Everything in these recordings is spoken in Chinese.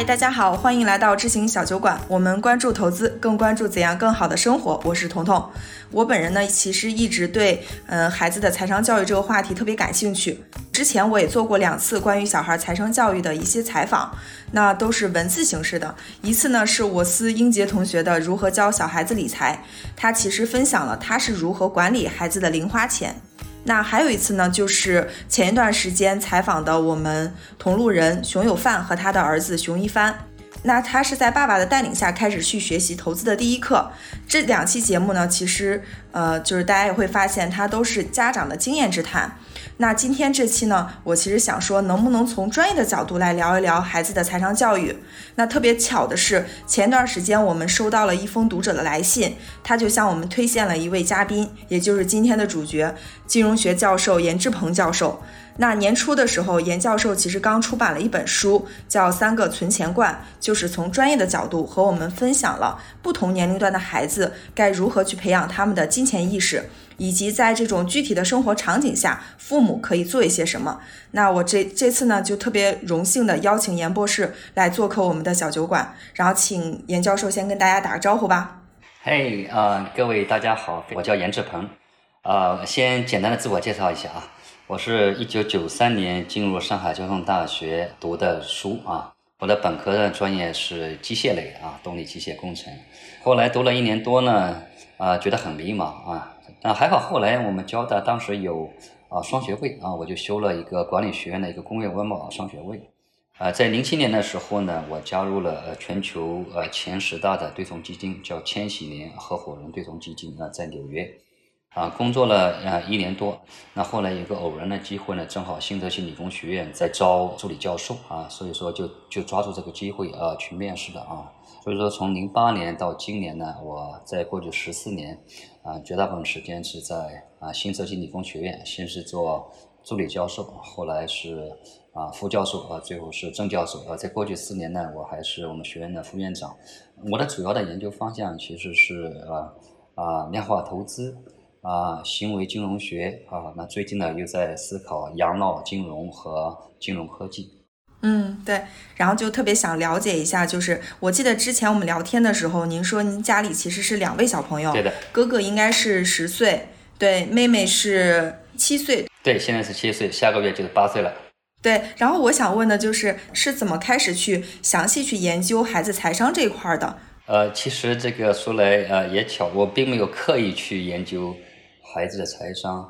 大家好，欢迎来到知行小酒馆。我们关注投资，更关注怎样更好的生活。我是彤彤。我本人呢，其实一直对孩子的财商教育这个话题特别感兴趣。之前我也做过2次关于小孩财商教育的一些采访，那都是文字形式的。一次呢是我司英杰同学的如何教小孩子理财，他其实分享了他是如何管理孩子的零花钱。那还有一次呢，就是前一段时间采访的我们同路人熊有范和他的儿子熊一帆。那他是在爸爸的带领下开始去学习投资的第一课。这2期节目呢，其实就是大家也会发现，它都是家长的经验之谈。那今天这期呢，我其实想说，能不能从专业的角度来聊一聊孩子的财商教育？那特别巧的是，前段时间我们收到了一封读者的来信，他就向我们推荐了一位嘉宾，也就是今天的主角，金融学教授严志鹏教授。那年初的时候，严教授其实刚出版了一本书，叫《3个存钱罐》，就是从专业的角度和我们分享了不同年龄段的孩子该如何去培养他们的金钱意识，以及在这种具体的生活场景下，父母可以做一些什么。那我这次呢，就特别荣幸的邀请严博士来做客我们的小酒馆，然后请严教授先跟大家打个招呼吧。 嘿，各位大家好，我叫严志鹏。先简单的自我介绍一下啊。我是1993年进入上海交通大学读的书啊，我的本科的专业是机械类啊，动力机械工程。后来读了1年多呢，觉得很迷茫啊，但还好后来我们交大当时有双学位啊，我就修了一个管理学院的一个工业文保双学位。在07年的时候呢，我加入了全球前10大的对冲基金，叫千禧年合伙人对冲基金在纽约。工作了1年多，那后来有个偶然的机会呢，正好新泽西理工学院在招助理教授所以说就抓住这个机会去面试的所以说从08年到今年呢，我在过去14年绝大部分时间是在新泽西理工学院，先是做助理教授，后来是副教授最后是正教授在过去4年呢，我还是我们学院的副院长。我的主要的研究方向其实是量化投资行为金融学那最近呢又在思考养老金融和金融科技。 对，然后就特别想了解一下，就是我记得之前我们聊天的时候，您说您家里其实是2位小朋友， 对的， 哥哥应该是10岁，对，妹妹是7岁， 对，现在是7岁，下个月就是8岁了。 对，然后我想问的就是怎么开始去详细去研究孩子财商这一块的？ 其实这个说来也巧，我并没有刻意去研究孩子的财商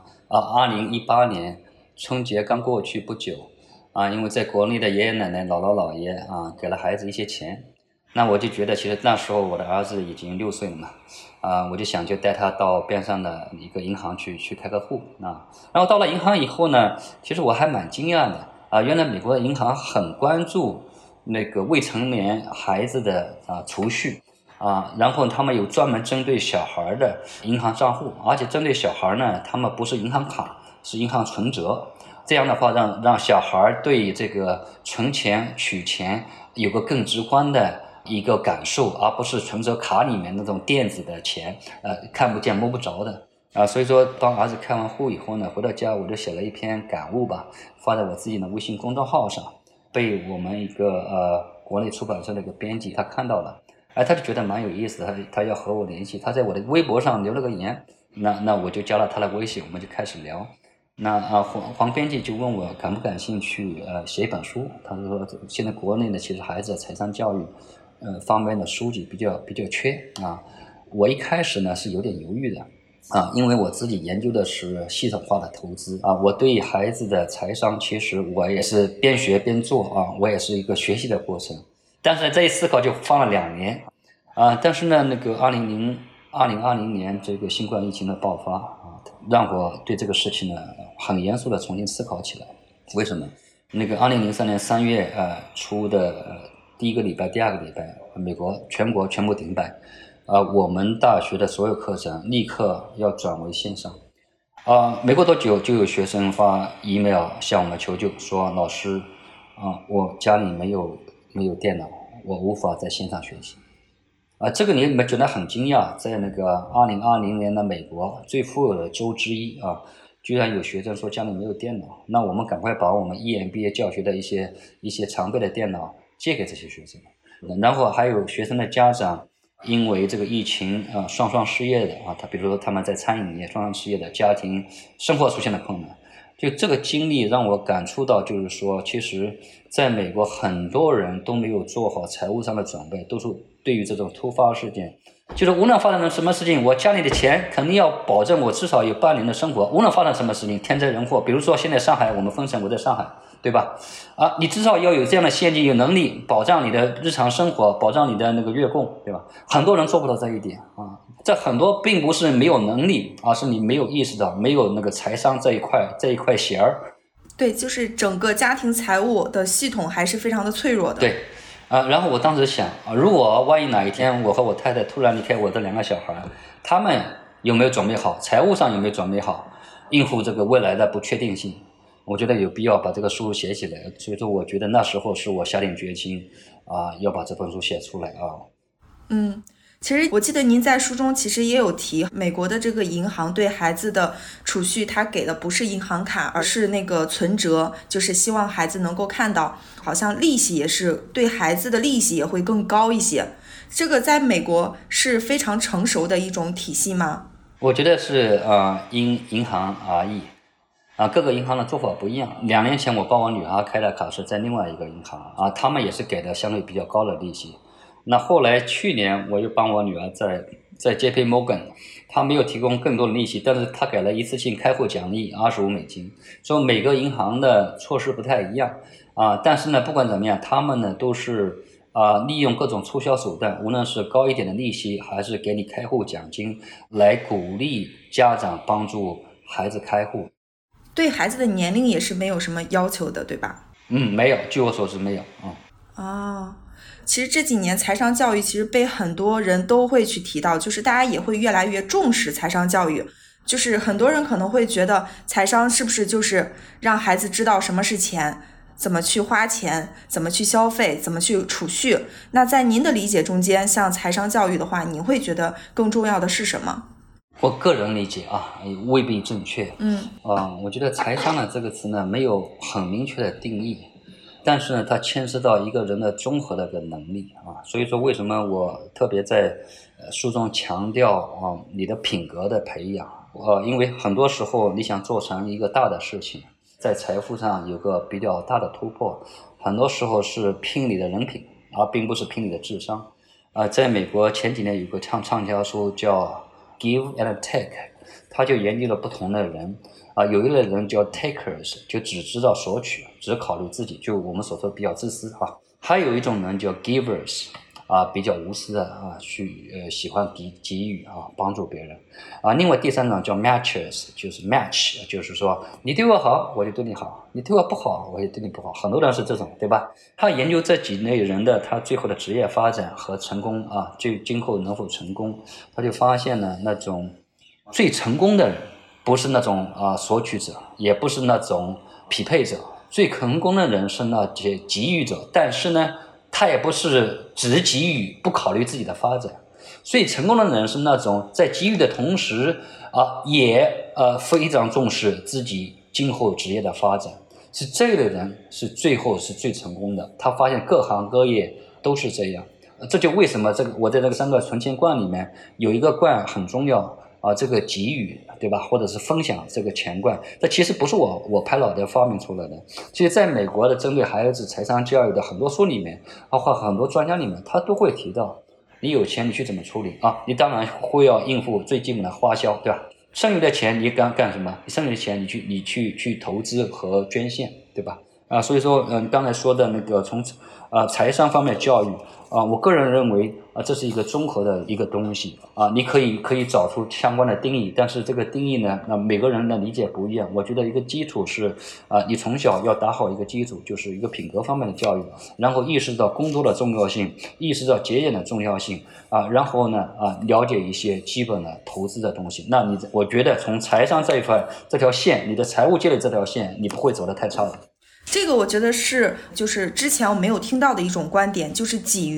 2018年春节刚过去不久因为在国内的爷爷奶奶姥姥姥爷给了孩子一些钱，那我就觉得其实那时候我的儿子已经6岁了嘛我就想带他到边上的一个银行去开个户然后到了银行以后呢，其实我还蛮惊讶的原来美国的银行很关注那个未成年孩子的储蓄然后他们有专门针对小孩的银行账户，而且针对小孩呢，他们不是银行卡，是银行存折。这样的话让小孩对这个存钱取钱有个更直观的一个感受，而不是存折卡里面那种电子的钱看不见摸不着的所以说帮儿子开完户以后呢，回到家我就写了一篇感悟吧，发在我自己的微信公众号上，被我们一个国内出版社的一个编辑他看到了，他就觉得蛮有意思的，他要和我联系，他在我的微博上留了个言，那我就加了他的微信，我们就开始聊。那黄编辑就问我感不感兴趣写一本书，他说现在国内呢其实孩子的财商教育方面的书籍比较缺我一开始呢是有点犹豫的因为我自己研究的是系统化的投资我对孩子的财商其实我也是边学边做我也是一个学习的过程，但是这一思考就放了2年但是呢那个2020年这个新冠疫情的爆发让我对这个事情呢很严肃的重新思考起来。为什么？那个2003年3月初的第1个礼拜第2个礼拜，美国全国全部停摆我们大学的所有课程立刻要转为线上没过多久就有学生发 email 向我们求救，说老师我家里没有电脑，我无法在线上学习这个你们觉得很惊讶，在那个2020年的美国最富有的州之一居然有学生说家里没有电脑，那我们赶快把我们 EMBA 教学的一些常备的电脑借给这些学生。然后还有学生的家长因为这个疫情双双失业的他比如说他们在餐饮业双双失业的家庭生活出现了困难。就这个经历让我感触到，就是说其实在美国很多人都没有做好财务上的准备，都是对于这种突发事件，就是无论发生什么事情，我家里的钱肯定要保证我至少有半年的生活，无论发生什么事情，天灾人祸，比如说现在上海我们封城，我在上海，对吧？你至少要有这样的现金，有能力保障你的日常生活，保障你的那个月供，对吧？很多人做不到这一点这很多并不是没有能力，而是你没有意识到，没有那个财商这一块弦儿。 对，就是整个家庭财务的系统还是非常的脆弱的。 对然后我当时想如果万一哪一天我和我太太突然离开我的2个小孩，他们有没有准备好，财务上有没有准备好应付这个未来的不确定性，我觉得有必要把这个书写起来。所以说我觉得那时候是我下定决心要把这本书写出来其实我记得您在书中其实也有提，美国的这个银行对孩子的储蓄，他给的不是银行卡，而是那个存折，就是希望孩子能够看到，好像利息也是对孩子的利息也会更高一些。这个在美国是非常成熟的一种体系吗？ 我觉得是因银行而异各个银行的做法不一样。2年前我帮我女儿开的卡是在另外一个银行他们也是给的相对比较高的利息。那后来去年我又帮我女儿在 JP Morgan， 他没有提供更多的利息，但是他给了一次性开户奖励$25，所以每个银行的措施不太一样但是呢不管怎么样，他们呢都是利用各种促销手段，无论是高一点的利息还是给你开户奖金，来鼓励家长帮助孩子开户。 对孩子的年龄也是没有什么要求的，对吧？ 没有，据我所知没有其实这几年财商教育其实被很多人都会去提到，就是大家也会越来越重视财商教育。就是很多人可能会觉得财商是不是就是让孩子知道什么是钱，怎么去花钱，怎么去消费，怎么去储蓄。那在您的理解中间，像财商教育的话，您会觉得更重要的是什么？ 我个人理解未必正确我觉得财商呢这个词呢没有很明确的定义，但是呢它牵涉到一个人的综合的个能力所以说为什么我特别在书中强调你的品格的培养因为很多时候你想做成一个大的事情，在财富上有个比较大的突破，很多时候是拼你的人品而并不是拼你的智商在美国前几年有个畅销书叫 Give and Take， 他就研究了不同的人有一类人叫 takers， 就只知道索取，只考虑自己，就我们所说比较自私还有一种人叫 givers比较无私的去喜欢给予帮助别人另外第3种叫 matchers， 就是 match， 就是说你对我好我就对你好，你对我不好我就对你不好，很多人是这种，对吧？他研究这几类人的他最后的职业发展和成功就今后能否成功，他就发现呢那种最成功的人不是那种索取者，也不是那种匹配者，最成功的人是那些给予者，但是呢他也不是只给予不考虑自己的发展，所以成功的人是那种在给予的同时也非常重视自己今后职业的发展，是这类人是最后是最成功的。他发现各行各业都是这样，这就为什么我在这个3个存钱罐里面有一个罐很重要这个给予，对吧？或者是分享这个钱罐，这其实不是我拍脑袋发明出来的。其实在美国的针对孩子财商教育的很多书里面包括很多专家里面，他都会提到你有钱你去怎么处理你当然会要应付最基本的花销，对吧？剩余的钱你干什么？剩余的钱你去投资和捐献，对吧？所以说刚才说的那个从财商方面教育我个人认为这是一个综合的一个东西你可以找出相关的定义，但是这个定义呢每个人的理解不一样。我觉得一个基础是你从小要打好一个基础，就是一个品格方面的教育，然后意识到工作的重要性，意识到节俭的重要性然后呢了解一些基本的投资的东西。那我觉得从财商这一块这条线，你的财务积累这条线你不会走得太差的。 这个我觉得是就是之前我没有听到的一种观点，就是给予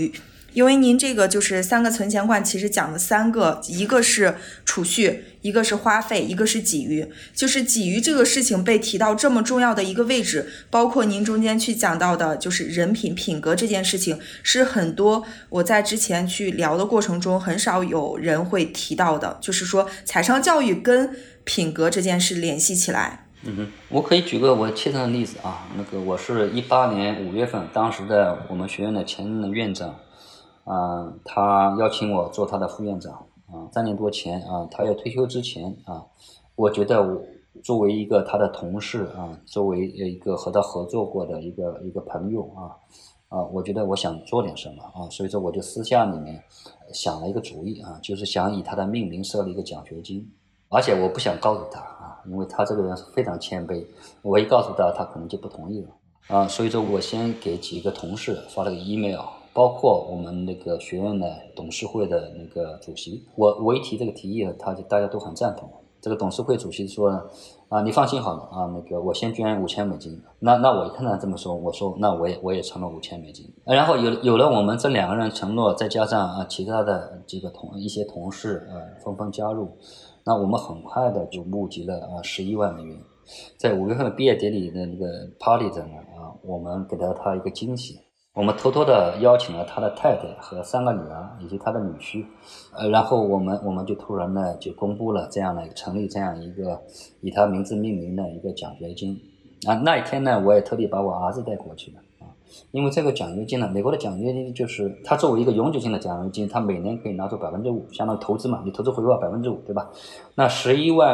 因为您这个就是3个存钱罐，其实讲了3个，一个是储蓄，一个是花费，一个是给予。就是给予这个事情被提到这么重要的一个位置，包括您中间去讲到的，就是人品品格这件事情，是很多我在之前去聊的过程中很少有人会提到的，就是说财商教育跟品格这件事联系起来。 我可以举个我切身的例子啊，我是18年5月份，当时的我们学院的前任的院长。他邀请我做他的副院长3年多前他要退休之前我觉得我作为一个他的同事作为一个和他合作过的一个朋友我觉得我想做点什么所以说我就私下里面想了一个主意就是想以他的命名设立一个奖学金，而且我不想告诉他因为他这个人非常谦卑，我一告诉他，他可能就不同意了所以说我先给几个同事发了个 email。包括我们那个学院的董事会的那个主席，我一提这个提议，大家都很赞同。这个董事会主席说呢，你放心好了我先捐$5000。那我一看他这么说，我说那我也承诺$5000。然后有了我们这2个人承诺，再加上其他的几个一些同事纷纷加入，那我们很快的就募集了$11万。在5月份的毕业典礼的那个 party 上我们给他一个惊喜。我们偷偷的邀请了他的太太和3个女儿以及他的女婿，然后我们就突然呢就公布了成立这样一个以他名字命名的一个奖学金那一天呢，我也特地把我儿子带过去了因为这个奖学金呢，美国的奖学金就是它作为一个永久性的奖学金，它每年可以拿出5%，相当于投资嘛，你投资回报5%，对吧？那$11万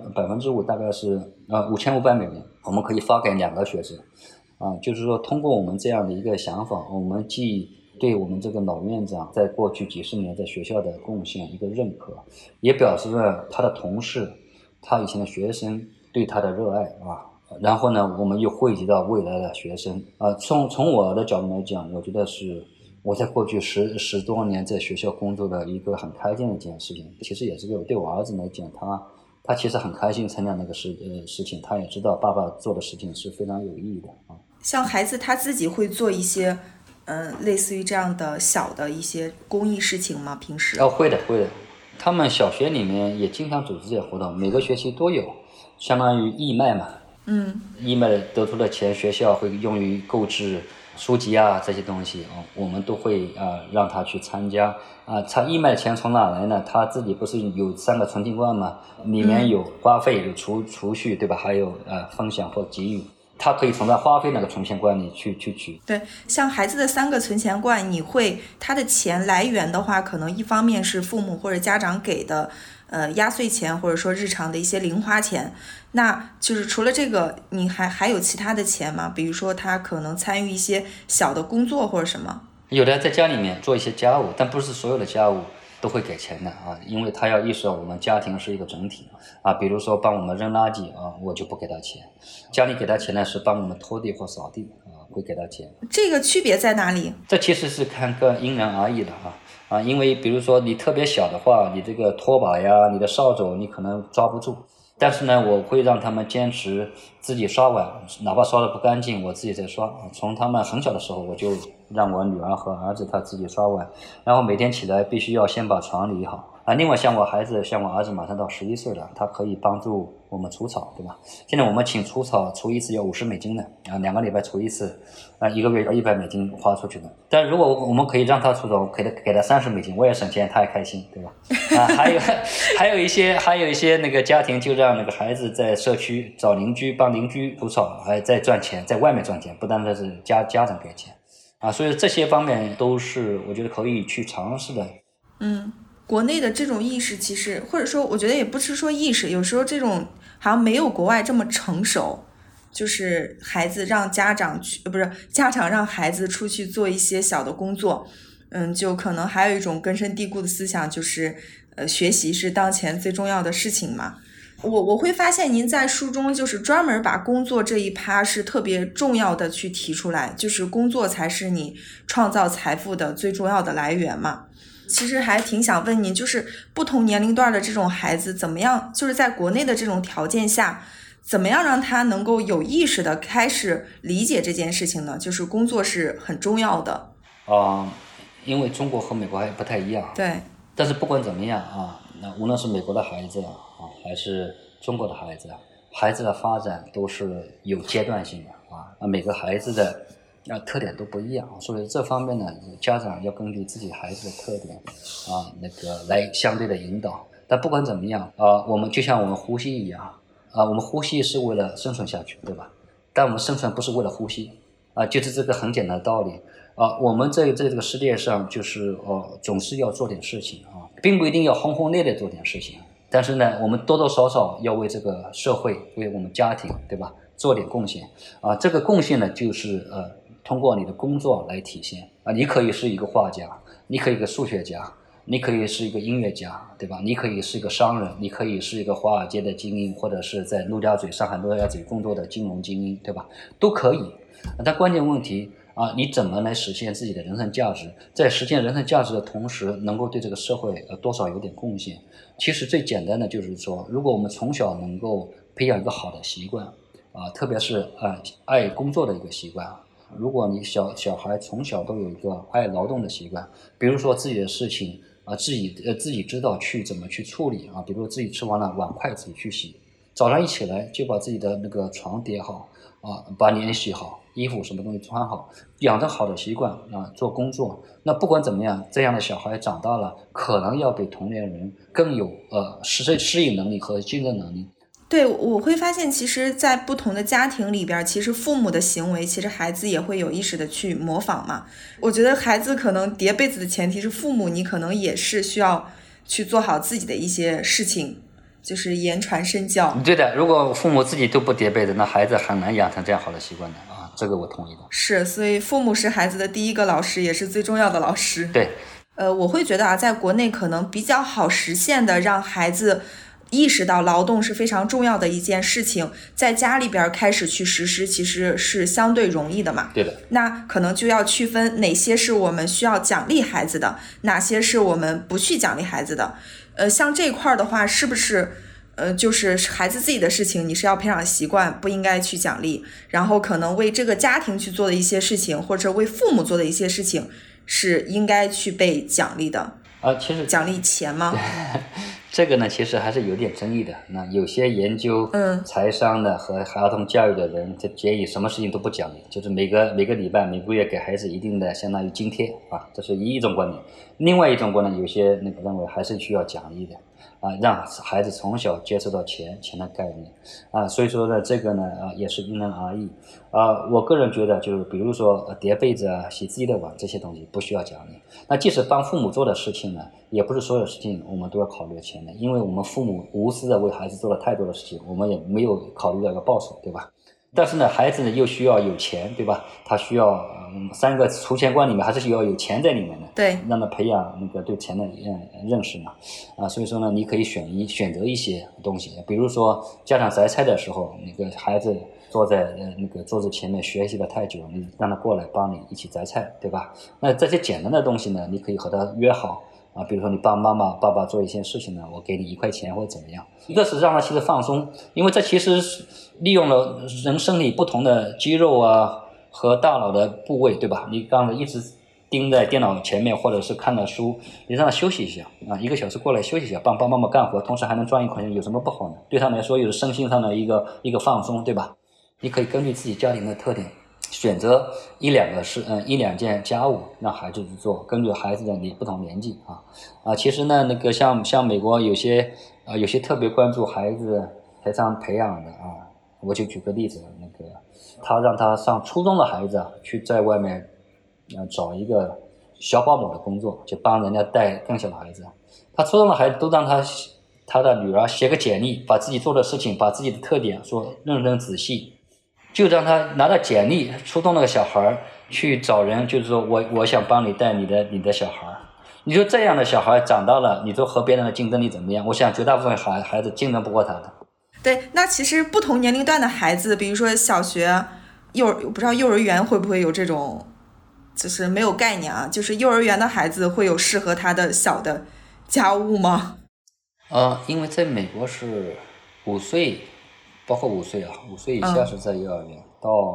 5%大概是$5500，我们可以发给2个学生。就是说通过我们这样的一个想法，我们既对我们这个老院长在过去几十年在学校的贡献一个认可，也表示了他的同事他以前的学生对他的热爱然后呢我们又汇集到未来的学生从我的角度来讲，我觉得是我在过去十多年在学校工作的一个很开心的一件事情。其实也是对我儿子来讲，他其实很开心参加那个事情，他也知道爸爸做的事情是非常有意义的像孩子他自己会做一些类似于这样的小的一些公益事情吗？平时会的，他们小学里面也经常组织这些活动，每个学期都有，相当于义卖嘛义卖得出的钱学校会用于购置书籍这些东西我们都会让他去参加他义卖的钱从哪来呢？他自己不是有3个存钱罐吗？里面有花费，有储蓄，对吧？还有分享或给予，他可以从他花费那个存钱罐里去取。 对，像孩子的3个存钱罐，他的钱来源的话，可能一方面是父母或者家长给的压岁钱，或者说日常的一些零花钱。那就是除了这个，你还有其他的钱吗？比如说他可能参与一些小的工作或者什么？ 有的在家里面做一些家务，但不是所有的家务都会给钱的因为他要意识到我们家庭是一个整体比如说帮我们扔垃圾我就不给他钱。家里给他钱呢是帮我们拖地或扫地会给他钱。 这个区别在哪里？ 这其实是看个因人而异的因为比如说你特别小的话，你这个拖把呀，你的扫帚你可能抓不住，但是呢我会让他们坚持自己刷碗，哪怕刷得不干净我自己在刷从他们很小的时候我就让我女儿和儿子他自己刷碗，然后每天起来必须要先把床理好另外像我儿子马上到11岁了，他可以帮助我们除草，对吧？现在我们请除草除一次要$50的2个礼拜除一次1个月要$100花出去的。但如果我们可以让他除草，给他$30，我也省钱，他也开心，对吧？还有一些那个家庭就让那个孩子在社区找邻居帮邻居除草，还在赚钱，在外面赚钱，不单单是家长给钱所以这些方面都是我觉得可以去尝试的。 国内的这种意识其实，或者说我觉得也不是说意识，有时候这种好像没有国外这么成熟，就是孩子让家长让孩子出去做一些小的工作就可能还有一种根深蒂固的思想，就是学习是当前最重要的事情嘛。我会发现您在书中就是专门把工作这一趴是特别重要的去提出来，就是工作才是你创造财富的最重要的来源嘛。其实还挺想问您，就是不同年龄段的这种孩子怎么样，就是在国内的这种条件下，怎么样让他能够有意识的开始理解这件事情呢？就是工作是很重要的因为中国和美国还不太一样。 对。 但是不管怎么样啊，那无论是美国的孩子啊，还是中国的孩子，孩子的发展都是有阶段性的啊。每个孩子的特点都不一样，所以这方面呢，家长要根据自己孩子的特点啊，来相对的引导。但不管怎么样啊，我们就像我们呼吸一样啊，我们呼吸是为了生存下去，对吧？但我们生存不是为了呼吸啊，就是这个很简单的道理啊。我们在这个世界上就是总是要做点事情啊，并不一定要轰轰烈烈做点事情，但是呢，我们多多少少要为这个社会，为我们家庭，对吧，做点贡献啊。这个贡献呢，就是通过你的工作来体现啊。你可以是一个画家，你可以是一个数学家，你可以是一个音乐家，对吧？你可以是一个商人，你可以是一个华尔街的精英，或者是在上海陆家嘴工作的金融精英，对吧？都可以。但关键问题啊，你怎么来实现自己的人生价值？在实现人生价值的同时，能够对这个社会多少有点贡献。其实最简单的就是说，如果我们从小能够培养一个好的习惯啊，特别是爱工作的一个习惯。如果你小孩从小都有一个爱劳动的习惯，比如说自己的事情啊，自己知道怎么去处理啊，比如说自己吃完了碗筷自己去洗，早上一起来就把自己的那个床叠好啊，把脸洗好，衣服什么东西穿好，养成好的习惯啊，做工作。那不管怎么样，这样的小孩长大了，可能要比同龄人更有适应能力和竞争能力。 对，我会发现其实在不同的家庭里边，其实父母的行为，其实孩子也会有意识的去模仿嘛。我觉得孩子可能叠被子的前提是父母，你可能也是需要去做好自己的一些事情，就是言传身教。 对的，如果父母自己都不叠被子，那孩子很难养成这样好的习惯的啊，这个我同意的。 是，所以父母是孩子的第一个老师，也是最重要的老师。 对。 我会觉得啊，在国内可能比较好实现的，让孩子意识到劳动是非常重要的一件事情，在家里边开始去实施，其实是相对容易的嘛。 对的。 那可能就要区分哪些是我们需要奖励孩子的，哪些是我们不去奖励孩子的。像这一块的话，是不是就是孩子自己的事情，你是要培养习惯，不应该去奖励，然后可能为这个家庭去做的一些事情，或者为父母做的一些事情，是应该去被奖励的。 其实奖励钱吗？ 这个呢，其实还是有点争议的。那有些研究财商的和儿童教育的人，就建议什么事情都不奖励，就是每个礼拜、每个月给孩子一定的相当于津贴啊，这是一种观点。另外一种观点，有些认为还是需要奖励的啊，让孩子从小接触到钱的概念啊，所以说呢，这个呢也是因人而异啊。我个人觉得，就是比如说叠被子啊、洗自己的碗这些东西不需要奖励。那即使帮父母做的事情呢，也不是所有事情我们都要考虑钱的，因为我们父母无私的为孩子做了太多的事情，我们也没有考虑到一个报酬，对吧？但是呢，孩子呢又需要有钱，对吧？他需要三个储钱罐里面还是需要有钱在里面的， 对， 让他培养对钱的认识嘛。所以说呢，你可以选择一些东西，比如说家长择菜的时候，孩子坐在桌子前面学习了太久，你让他过来帮你一起择菜，对吧？那这些简单的东西呢，你可以和他约好。比如说你帮妈妈、爸爸做一些事情呢，我给你1块钱或者怎么样。一个是让他其实放松，因为这其实是利用了人身体不同的肌肉啊和大脑的部位，对吧？你刚才一直盯在电脑前面或者是看了书，你让他休息一下啊，1个小时过来休息一下，帮妈妈干活，同时还能赚1块钱，有什么不好呢？对他来说，有身心上的一个放松，对吧？你可以根据自己家庭的特点。选择1、2件家务让孩子去做，根据孩子的不同年纪其实呢像美国有些特别关注孩子财商培养的我就举个例子，他让他上初中的孩子去在外面找一个小保姆的工作，就帮人家带更小的孩子。他初中的孩子都让他的女儿写个简历，把自己做的事情，把自己的特点说认真仔细。就让他拿着简历，初中那个小孩去找人，就是说我想帮你带你的小孩。你说这样的小孩长大了，你说和别人的竞争力怎么样？我想绝大部分孩子竞争不过他的。 对，那其实不同年龄段的孩子，比如说小学、不知道幼儿园会不会有这种，就是没有概念啊，就是幼儿园的孩子会有适合他的小的家务吗？ 因为在美国是5岁。包括5岁5岁以下是在幼儿园，到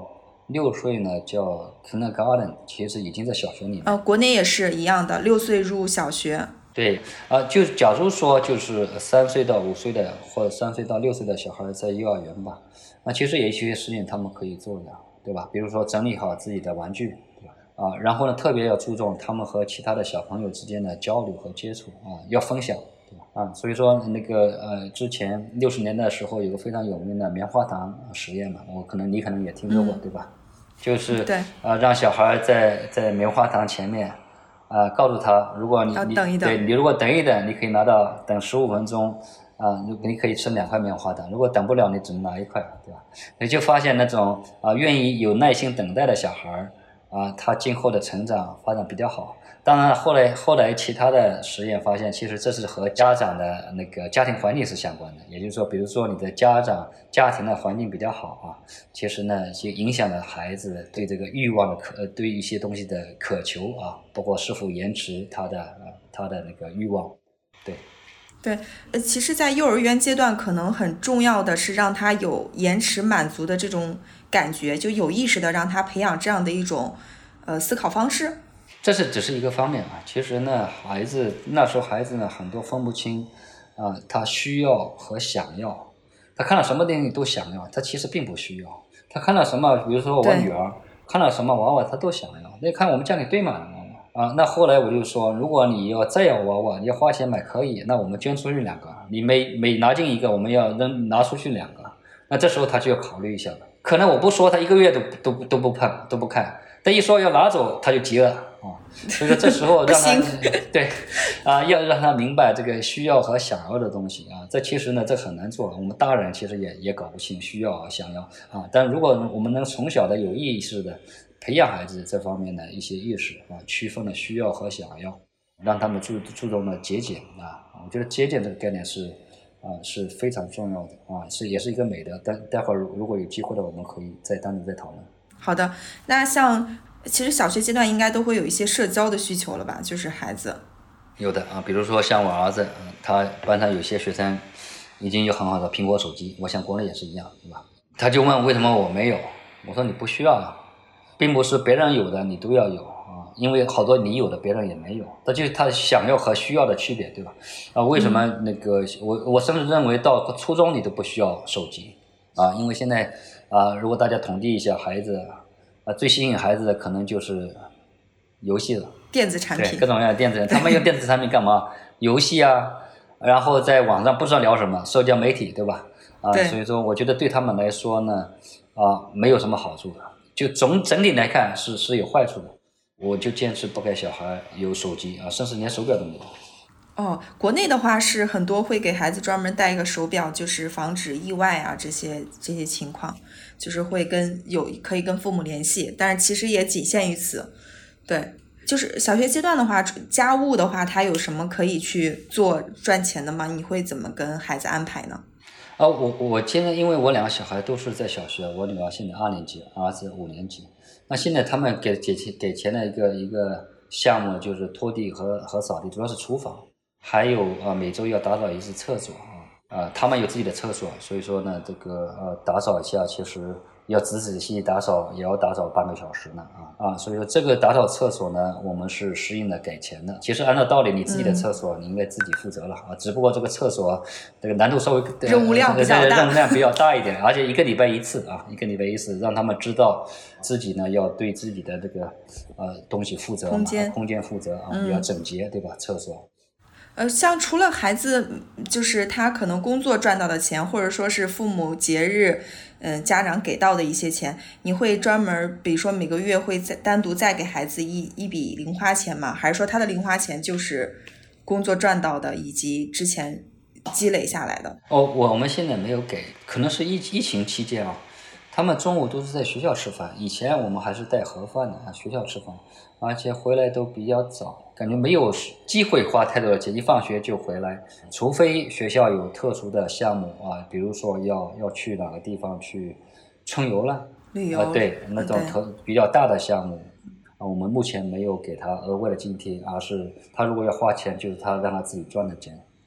6岁呢叫 kindergarten， 其实已经在小学里面。 国内也是一样的，6岁入小学。 对就假如说就是3岁到5岁的或者3岁到6岁的小孩在幼儿园吧，那其实有一些事情他们可以做的，对吧？比如说整理好自己的玩具，对吧？然后呢特别要注重他们和其他的小朋友之间的交流和接触要分享，对吧？所以说那个之前60年代的时候有个非常有名的棉花糖实验嘛，你可能也听说过，对吧？就是对让小孩在棉花糖前面告诉他，如果你等一等， 对你如果等一等，你可以拿到等15分钟你可以吃2块棉花糖，如果等不了，你只能拿1块，对吧？你就发现那种愿意有耐心等待的小孩他今后的成长发展比较好。当然后来其他的实验发现，其实这是和家长的那个家庭环境是相关的，也就是说，比如说你的家庭的环境比较好其实呢就影响了孩子对这个欲望的对一些东西的渴求包括是否延迟他的那个欲望。 对，其实在幼儿园阶段可能很重要的是让他有延迟满足的这种感觉，就有意识的让他培养这样的一种思考方式。 这只是一个方面其实呢那时候孩子呢很多分不清他需要和想要，他看到什么东西都想要，他其实并不需要。他看到什么，比如说我女儿看到什么娃娃他都想要，那看我们家里堆满了娃娃那后来我就说，如果你再要娃娃，你要花钱买可以，那我们捐出去2个，你每拿进1个，我们要拿出去2个。那这时候他就要考虑一下了，可能我不说他1个月都不看，他一说要拿走他就急了所以说这时候让他对要让他明白这个需要和想要的东西这其实呢这很难做，我们大人其实也搞不清需要和想要但如果我们能从小的有意识的培养孩子这方面的一些意识区分了需要和想要，让他们注重了节俭我觉得节俭这个概念是非常重要的也是一个美德，待会儿如果有机会的我们可以单独再讨论。 好的，那像其实小学阶段应该都会有一些社交的需求了吧，就是孩子有的比如说像我儿子他班上有些学生已经有很好的苹果手机，我想国内也是一样，对吧？他就问为什么我没有，我说你不需要并不是别人有的你都要有因为好多你有的别人也没有，这就是他想要和需要的区别，对吧？为什么那个我甚至认为到初中你都不需要手机因为现在如果大家统计一下孩子最吸引孩子的可能就是游戏了， 电子产品， 对各种各样的电子产品，他们用电子产品干嘛？游戏然后在网上不知道聊什么，社交媒体，对吧？所以说我觉得对他们来说呢没有什么好处的，就整体来看是有坏处的。我就坚持不给小孩有手机甚至连手表都没有。 国内的话是很多会给孩子专门带一个手表，就是防止意外这些情况，就是可以跟父母联系，但是其实也仅限于此。对，就是小学阶段的话，家务的话，他有什么可以去做赚钱的吗？你会怎么跟孩子安排呢？ 我现在因为我2个小孩都是在小学，我女儿现在2年级，儿子5年级。那现在他们给钱的一个项目就是拖地和扫地，主要是厨房，还有每周要打扫1次厕所他们有自己的厕所，所以说呢这个打扫一下其实要仔细打扫，也要打扫半个小时呢所以说这个打扫厕所呢我们是适应的给钱的。其实按照道理你自己的厕所你应该自己负责了只不过这个厕所这个难度稍微任务量比较大， 任务量比较大一点，而且1个礼拜1次1个礼拜1次，让他们知道自己呢要对自己的这个东西负责，空间负责要整洁，对吧？厕所像除了孩子就是他可能工作赚到的钱，或者说是父母节日家长给到的一些钱，你会专门比如说每个月会单独再给孩子一笔零花钱吗？还是说他的零花钱就是工作赚到的以及之前积累下来的？ 我们现在没有给，可能是疫情期间他们中午都是在学校吃饭，以前我们还是带盒饭的学校吃饭，而且回来都比较早，感觉没有机会花太多的钱，一放学就回来，除非学校有特殊的项目比如说要去哪个地方去春游了， 旅游对那种比较大的项目我们目前没有给他额外的津贴，而是他如果要花钱就是他让他自己赚的钱。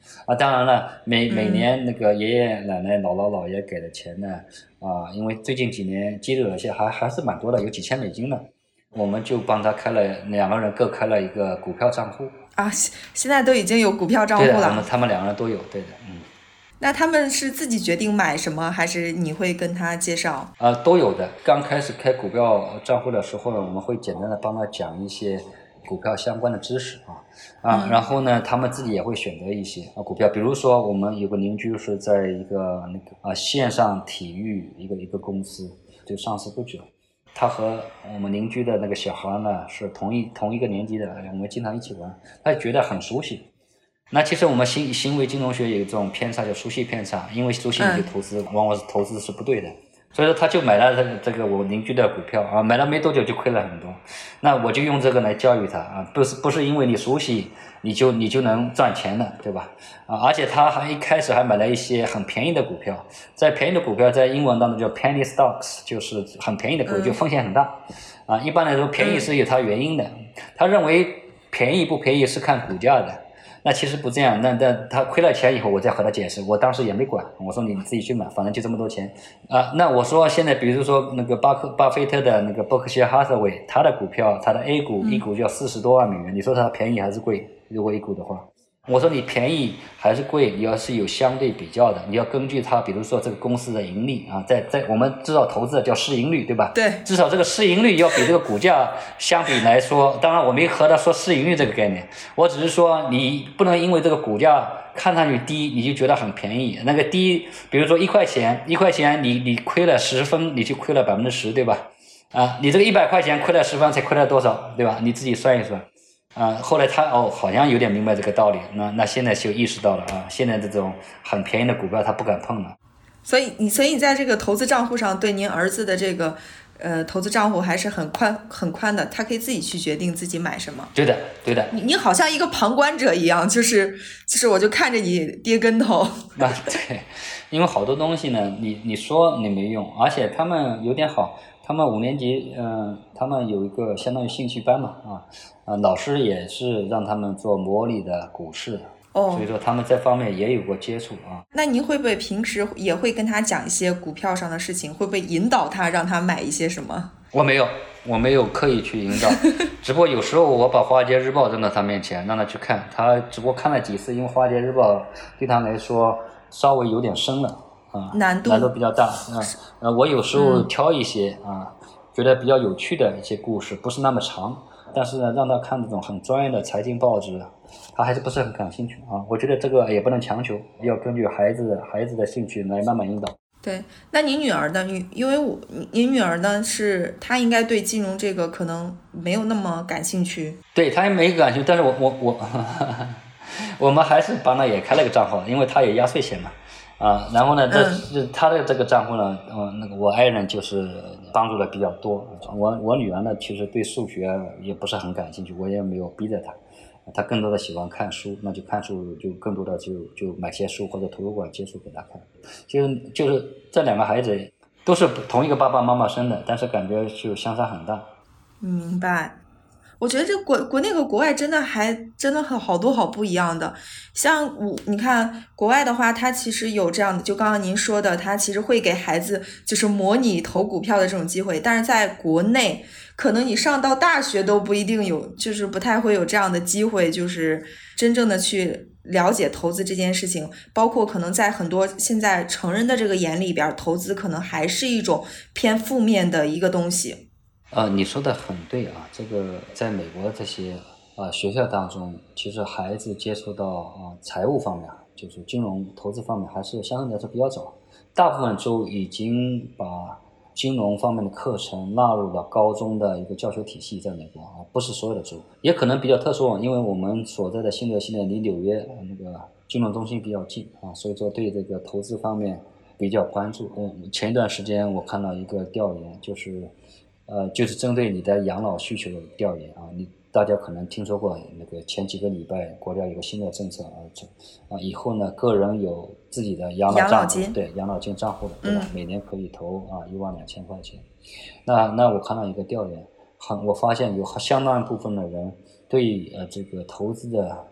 当然了，每年那个爷爷奶奶、姥姥姥爷给的钱呢，因为最近几年积累了些还是蛮多的，有几千美金的，我们就帮他2个人各开了一个股票账户。 现在都已经有股票账户了。 对的，他们2个人都有，对的， 那他们是自己决定买什么，还是你会跟他介绍？ 都有的。刚开始开股票账户的时候呢，我们会简单的帮他讲一些股票相关的知识然后呢，他们自己也会选择一些股票。比如说，我们有个邻居是在一个线上体育一个公司就上市不久，他和我们邻居的那个小孩呢是同一个年级的，我们经常一起玩，他觉得很熟悉。那其实我们行为金融学有一种偏差叫熟悉偏差，因为熟悉你就投资，往往是投资是不对的，所以说他就买了这个我邻居的股票买了没多久就亏了很多。那我就用这个来教育他不是因为你熟悉你就能赚钱的，对吧？而且他还一开始还买了一些很便宜的股票，便宜的股票在英文当中叫 penny stocks， 就是很便宜的股票，就风险很大一般来说便宜是有它原因的，他认为便宜不便宜是看股价的。那其实不这样，那他亏了钱以后，我再和他解释，我当时也没管，我说你自己去买，反正就这么多钱那我说现在比如说那个巴菲特的那个伯克希尔哈撒韦，他的股票，他的 A 股一股就要40多万美元，你说他便宜还是贵？如果一股的话，我说你便宜还是贵，你要是有相对比较的，你要根据它，比如说这个公司的盈利在我们知道投资叫市盈率，对吧？ 对， 至少这个市盈率要比这个股价相比来说，当然我没和他说市盈率这个概念，我只是说你不能因为这个股价看上去低，你就觉得很便宜。那个低，比如说1块钱你亏了10分，你就亏了10%，对吧？你这个100块钱亏了10分，才亏了多少，对吧？你自己算一算。后来他好像有点明白这个道理，那现在就意识到了现在这种很便宜的股票他不敢碰了。 所以你在这个投资账户上对您儿子的这个投资账户还是很宽的，他可以自己去决定自己买什么。 对的。 你好像一个旁观者一样，就是我就看着你跌跟头。 对，因为好多东西呢，你说你没用，而且他们有点好，他们5年级他们有一个相当于兴趣班嘛老师也是让他们做模拟的股市所以说他们这方面也有过接触那您会不会平时也会跟他讲一些股票上的事情，会不会引导他让他买一些什么？ 我没有刻意去引导只不过有时候我把华尔街日报扔到他面前让他去看，他只不过看了几次，因为华尔街日报对他来说稍微有点深了难度比较大我有时候挑一些觉得比较有趣的一些故事，不是那么长，但是呢让他看这种很专业的财经报纸他还是不是很感兴趣我觉得这个也不能强求，要根据孩子的兴趣来慢慢引导。 对，那你女儿呢？因为你女儿呢她应该对金融这个可能没有那么感兴趣。 对，她也没感兴趣，但是我们还是帮她也开了个账号，因为她也压岁钱嘛然后呢她的这个账户呢那个我爱人就是帮助的比较多。我女儿呢其实对数学也不是很感兴趣，我也没有逼着她，他更多的喜欢看书，那就看书就更多的就买些书或者图书馆借书给他看。就是这2个孩子都是同一个爸爸妈妈生的，但是感觉就相差很大。 明白。我觉得这国内和国外真的好多好不一样的。像你看国外的话，它其实有这样的，就刚刚您说的，它其实会给孩子就是模拟投股票的这种机会，但是在国内可能你上到大学都不一定有，就是不太会有这样的机会，就是真正的去了解投资这件事情。包括可能在很多现在成人的这个眼里边，投资可能还是一种偏负面的一个东西。 你说的很对这个在美国这些学校当中，其实孩子接触到财务方面，就是金融投资方面还是相对来说比较早。大部分州已经把金融方面的课程纳入了高中的一个教学体系，在美国不是所有的州，也可能比较特殊，因为我们所在的新泽西呢离纽约那个金融中心比较近所以说对这个投资方面比较关注。前一段时间我看到一个调研，就是针对你的养老需求的调研大家可能听说过那个前几个礼拜国家有个新的政策以后呢个人有自己的养老金，对，养老金账户的，对吧？每年可以投12000块钱。那我看到一个调研，我发现有相当一部分的人对这个投资的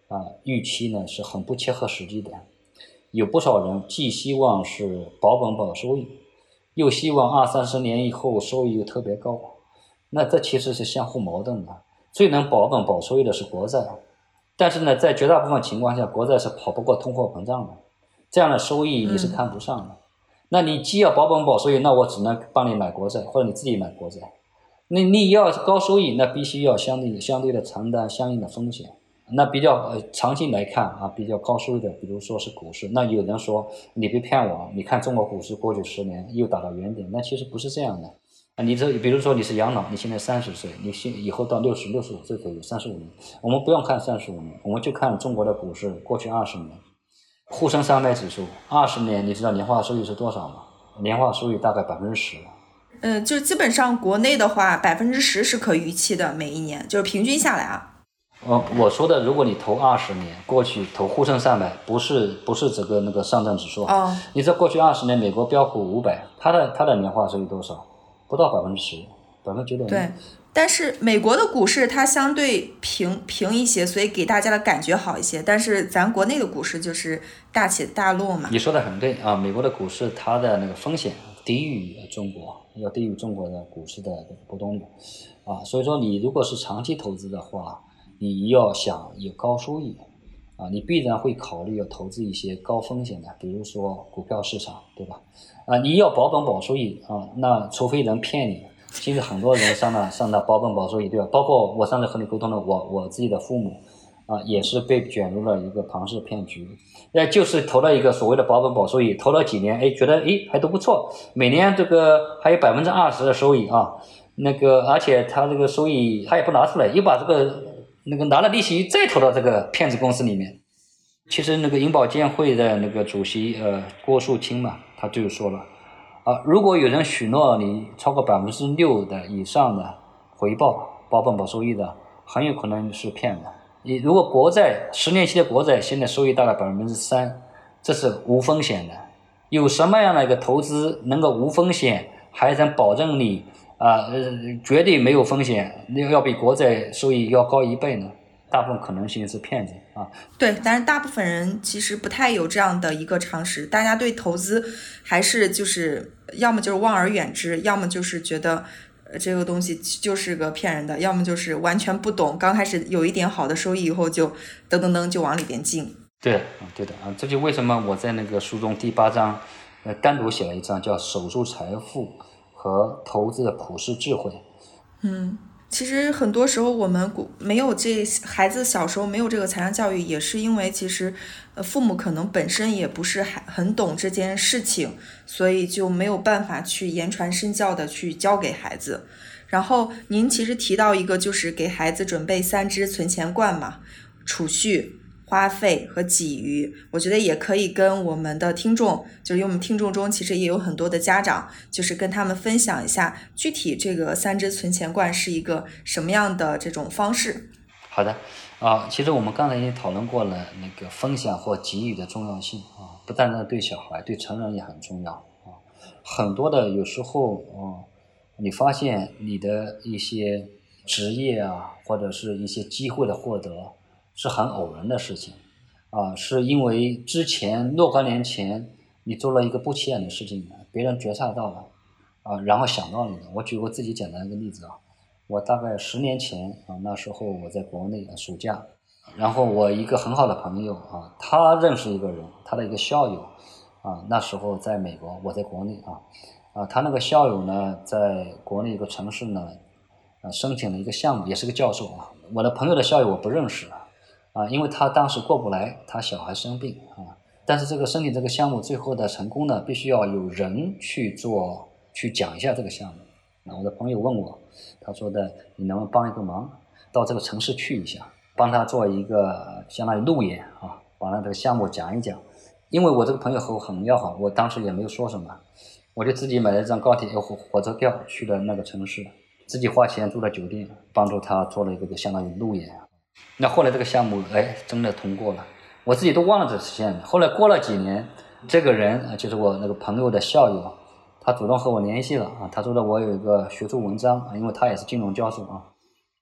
预期呢是很不切合实际的。有不少人既希望是保本保收益，又希望20-30年以后收益又特别高，那这其实是相互矛盾的。最能保本保收益的是国债，但是呢，在绝大部分情况下，国债是跑不过通货膨胀的，这样的收益你是看不上的。那你既要保本保收益，那我只能帮你买国债，或者你自己买国债。那你要高收益，那必须要相对的承担相应的风险。那比较长期来看比较高收益的，比如说是股市。那有人说你别骗我，你看中国股市过去10年又打到原点，那其实不是这样的。你比如说你是养老，你现在30岁，你以后到65岁左右，35年，我们不用看35年，我们就看中国的股市过去20年，沪深300指数20年，你知道年化收益是多少吗？年化收益大概10%。 就基本上国内的话10%是可预期的，每一年就是平均下来啊。 我说的，如果你投20年，过去投沪深300，不是这个那个上证指数。你知道过去20年美国标普500，它的年化收益多少？不到10%，9.1%。 对，但是美国的股市它相对平一些，所以给大家的感觉好一些。但是咱国内的股市就是大起大落嘛。 你说的很对啊，美国的股市它的那个风险低于中国，要低于中国的股市的波动率所以说你如果是长期投资的话，你要想有高收益你必然会考虑要投资一些高风险的，比如说股票市场，对吧？你要保本保收益那除非人骗你。其实很多人上那保本保收益，对吧？包括我上次和你沟通的我自己的父母也是被卷入了一个庞氏骗局。就是投了一个所谓的保本保收益，投了几年，觉得还都不错，每年这个还有20%的收益那个而且他这个收益他也不拿出来，又把这个拿了利息再投到这个骗子公司里面。其实那个银保监会的那个主席郭树清嘛，他就说了如果有人许诺你超过6%的以上的回报，保本保收益的，很有可能是骗的。你如果国债10年期的国债现在收益大概3%，这是无风险的。有什么样的一个投资能够无风险，还能保证你绝对没有风险，要比国债收益要高1倍呢？大部分可能性是骗子对，但是大部分人其实不太有这样的一个常识，大家对投资还是就是要么就是望而远之，要么就是觉得这个东西就是个骗人的，要么就是完全不懂，刚开始有一点好的收益以后就噔噔噔就往里边进。 对的这就为什么我在那个书中第8章单独写了一章叫守住财富和投资的普世智慧。 其实很多时候我们没有孩子小时候没有这个财商教育，也是因为其实父母可能本身也不是很懂这件事情，所以就没有办法去言传身教的去教给孩子。然后您其实提到一个就是给孩子准备3只存钱罐嘛，储蓄、花费和给予，我觉得也可以跟我们的听众，就是我们听众中其实也有很多的家长，就是跟他们分享一下具体这个3只存钱罐是一个什么样的这种方式。 好的其实我们刚才已经讨论过了那个分享或给予的重要性不单单对小孩，对成人也很重要很多的有时候你发现你的一些职业或者是一些机会的获得是很偶然的事情是因为之前若干年前你做了一个不起眼的事情，别人觉察到了然后想到你的。我举个自己简单的一个例子我大概10年前那时候我在国内暑假，然后我一个很好的朋友他认识一个人，他的一个校友那时候在美国，我在国内他那个校友呢在国内一个城市呢申请了一个项目，也是个教授我的朋友的校友我不认识因为他当时过不来，他小孩生病但是这个申请这个项目最后的成功呢，必须要有人去讲一下这个项目。我的朋友问我，他说的你能不能帮一个忙，到这个城市去一下，帮他做一个相当于路演把他这个项目讲一讲。因为我这个朋友和我很要好，我当时也没有说什么，我就自己买了一张高铁火车票去了那个城市，自己花钱住了酒店，帮助他做了一个相当于路演。那后来这个项目真的通过了，我自己都忘了这事情。后来过了几年，这个人就是我那个朋友的校友，他主动和我联系了他说的我有一个学术文章因为他也是金融教授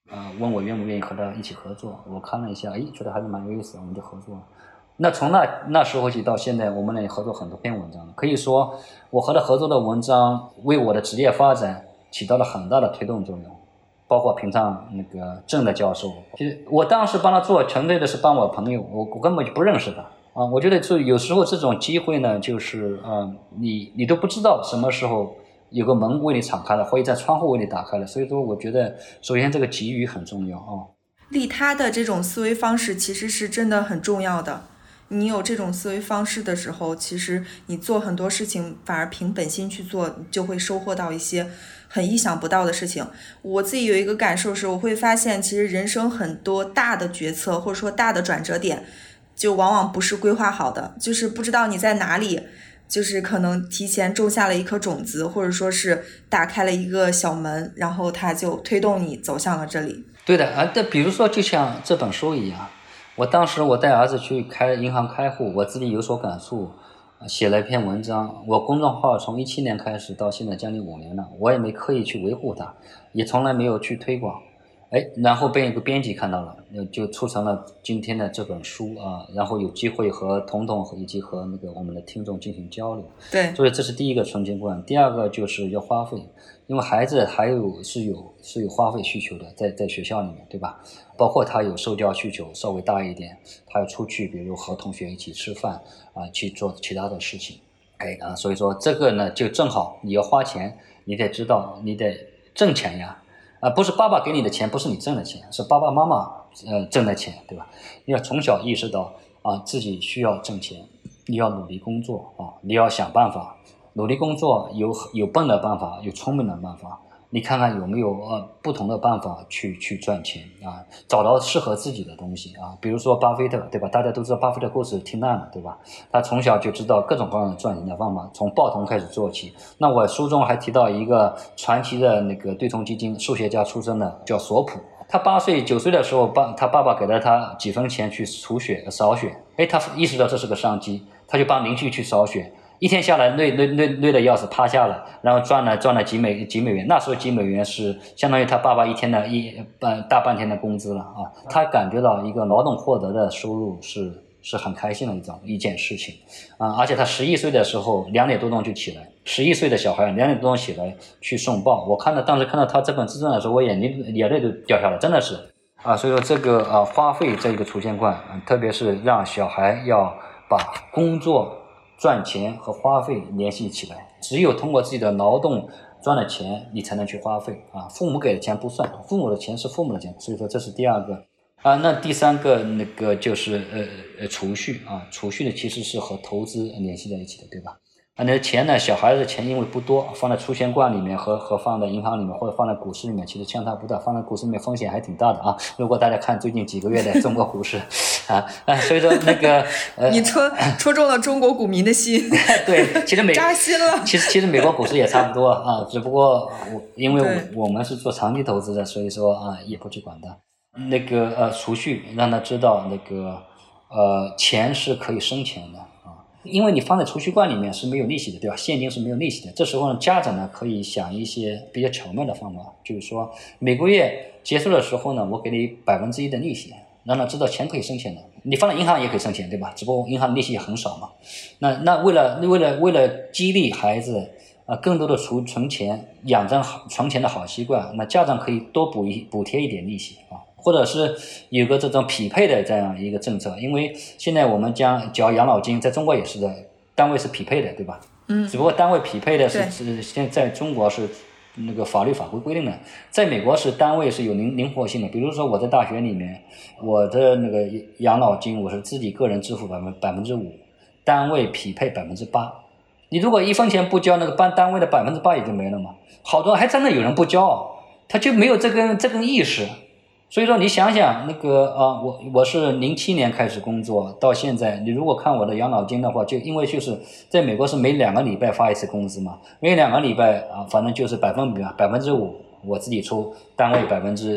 问我愿不愿意和他一起合作，我看了一下，觉得还是蛮有意思的，我们就合作了。那从那时候起到现在，我们也合作很多篇文章了。可以说，我和他合作的文章为我的职业发展起到了很大的推动作用。包括平常那个郑的教授，其实我当时帮他做，纯粹的是帮我朋友，我根本就不认识他啊。我觉得就有时候这种机会呢，就是你都不知道什么时候有个门为你敞开了，或者在窗户为你打开了。所以说，我觉得首先这个机遇很重要啊。 利他的这种思维方式其实是真的很重要的。你有这种思维方式的时候，其实你做很多事情反而凭本心去做，就会收获到一些很意想不到的事情。我自己有一个感受是，我会发现其实人生很多大的决策或者说大的转折点，就往往不是规划好的，就是不知道你在哪里，就是可能提前种下了一颗种子，或者说是打开了一个小门，然后它就推动你走向了这里。 对的比如说就像这本书一样，当时我带儿子去银行开户，我自己有所感触，写了一篇文章。我公众号从17年开始到现在将近5年了，我也没刻意去维护它，也从来没有去推广。然后被一个编辑看到了，就促成了今天的这本书啊，然后有机会和彤彤以及和那个我们的听众进行交流。 对， 所以这是第一个存钱观。第二个就是要花费，因为孩子是有花费需求的，在学校里面，对吧？包括他有受教需求稍微大一点，他要出去，比如和同学一起吃饭去做其他的事情。所以说这个呢，就正好你要花钱，你得知道你得挣钱呀。不是爸爸给你的钱，不是你挣的钱，是爸爸妈妈挣的钱，对吧？你要从小意识到自己需要挣钱，你要努力工作你要想办法，努力工作有笨的办法，有聪明的办法，你看看有没有不同的办法去赚钱找到适合自己的东西比如说巴菲特，对吧？大家都知道巴菲特故事听烂了，对吧？他从小就知道各种各样的赚钱的方法，从报童开始做起。那我书中还提到一个传奇的那个对冲基金数学家出身的，叫索普。他8岁9岁的时候，他爸爸给了他几分钱去扫雪，他意识到这是个商机，他就帮邻居去扫雪。一天下来累的要死，趴下了，然后赚了几美元。那时候几美元是相当于他爸爸一天的大半天的工资了他感觉到一个劳动获得的收入是很开心的一件事情而且他11岁的时候2点多钟就起来，11岁的小孩2点多钟起来去送报。我当时看到他这本自传的时候，我眼泪都掉下来，真的是所以说这个花费这个储钱观特别是让小孩要把工作赚钱和花费联系起来，只有通过自己的劳动赚了钱，你才能去花费父母给的钱不算，父母的钱是父母的钱。所以说这是第二个那第三个那个就是储蓄储蓄的其实是和投资联系在一起的，对吧？那钱呢，小孩子的钱因为不多，放在储钱罐里面和放在银行里面或者放在股市里面其实相差不大，放在股市里面风险还挺大的如果大家看最近几个月的中国股市所以说那个你戳中了中国股民的心对，其实扎心了。 其实美国股市也差不多只不过因为我们是做长期投资的，所以说也不去管它。那个储蓄让他知道那个钱是可以生钱的因为你放在储蓄罐里面是没有利息的，对吧？现金是没有利息的。这时候呢，家长呢可以想一些比较巧妙的方法，就是说每个月结束的时候呢，我给你1%的利息，让他知道钱可以生钱的。你放在银行也可以生钱，对吧？只不过银行利息很少嘛。那为了激励孩子更多的存钱，养成存钱的好习惯，那家长可以多补贴一点利息或者是有个这种匹配的这样一个政策。因为现在我们缴养老金，在中国也是的，单位是匹配的，对吧？只不过单位匹配的是现在中国是那个法律法规规定的，在美国是单位是有灵活性的。比如说我在大学里面，我的那个养老金我是自己个人支付5%，单位匹配8%。你如果1分钱不交，那个单位的8%也就没了嘛。好多还真的有人不交，他就没有这根意识。所以说你想想那个我是07年开始工作到现在，你如果看我的养老金的话，就因为就是在美国是每2个礼拜发一次工资嘛，每2个礼拜反正就是5%嘛，5%我自己出，单位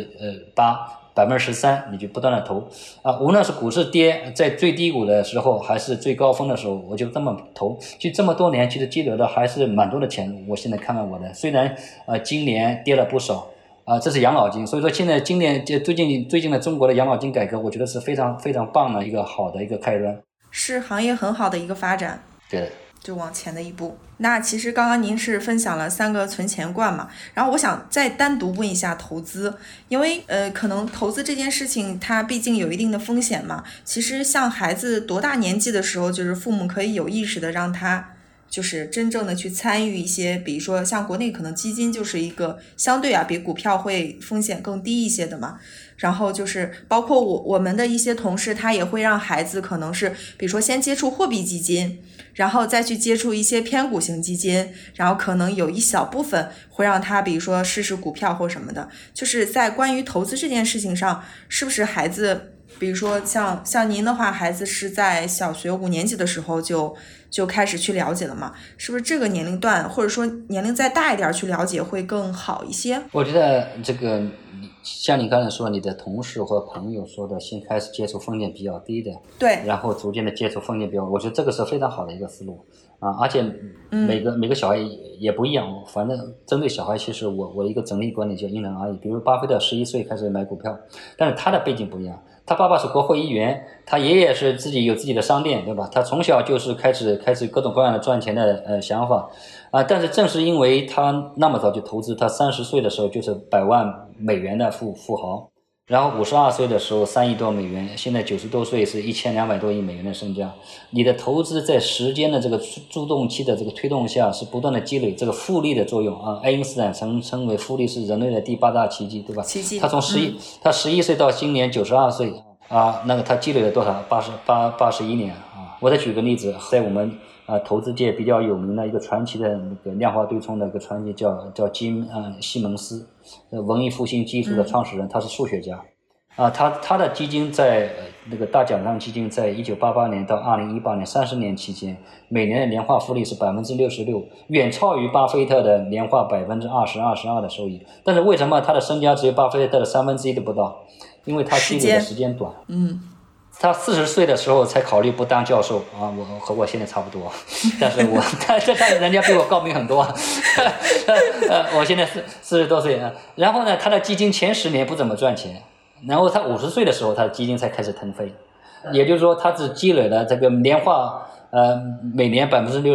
8%13%你就不断的投无论是股市跌在最低谷的时候还是最高峰的时候，我就这么投，就这么多年其实积累的还是蛮多的钱。我现在看看我的，虽然今年跌了不少这是养老金。所以说现在今年最近的中国的养老金改革，我觉得是非常非常棒的一个好的一个开端， 是行业很好的一个发展。 对的， 就往前的一步。那其实刚刚您是分享了3个存钱罐嘛，然后我想再单独问一下投资，因为可能投资这件事情它毕竟有一定的风险嘛。其实像孩子多大年纪的时候，就是父母可以有意识的让他就是真正的去参与一些，比如说像国内可能基金就是一个相对比股票会风险更低一些的嘛。然后就是包括我们的一些同事，他也会让孩子可能是比如说先接触货币基金，然后再去接触一些偏股型基金，然后可能有一小部分会让他比如说试试股票或什么的。就是在关于投资这件事情上，是不是孩子比如说像您的话，孩子是在小学5年级的时候就开始去了解了嘛？是不是这个年龄段或者说年龄再大一点去了解会更好一些？ 我觉得这个像你刚才说，你的同事或朋友说的，先开始接触风险比较低的， 对， 然后逐渐的接触风险比较，我觉得这个是非常好的一个思路而且每个小孩也不一样，反正针对小孩，其实我一个整体观点就因人而异。比如巴菲特11岁开始买股票，但是他的背景不一样，他爸爸是国会议员，他爷爷是有自己的商店，对吧？他从小就是开始各种各样的赚钱的想法但是正是因为他那么早就投资，他30岁的时候就是100万美元的富豪，然后52岁的时候3亿多美元，现在90多岁是1200多亿美元的身家。你的投资在时间的这个助动期的这个推动下，是不断的积累这个复利的作用爱因斯坦曾称为复利是人类的第8大奇迹，对吧？ 奇迹。 他从他11岁到今年92岁那个他积累了多少？81年我再举个例子，在我们投资界比较有名的一个传奇的那个量化对冲的一个传奇叫金西蒙斯，文艺复兴技术的创始人，他是数学家他的基金在那个大奖章基金在1988年到2018年30年期间，每年的年化复利是66%，远超于巴菲特的年化22%的收益。但是为什么他的身家只有巴菲特的1/3都不到？因为他积累的时间短。他40岁的时候才考虑不当教授我和我现在差不多，但是人家比我高明很多我现在40多岁然后呢，他的基金前10年不怎么赚钱，然后他50岁的时候，他的基金才开始腾飞，也就是说，他只积累了这个年化每年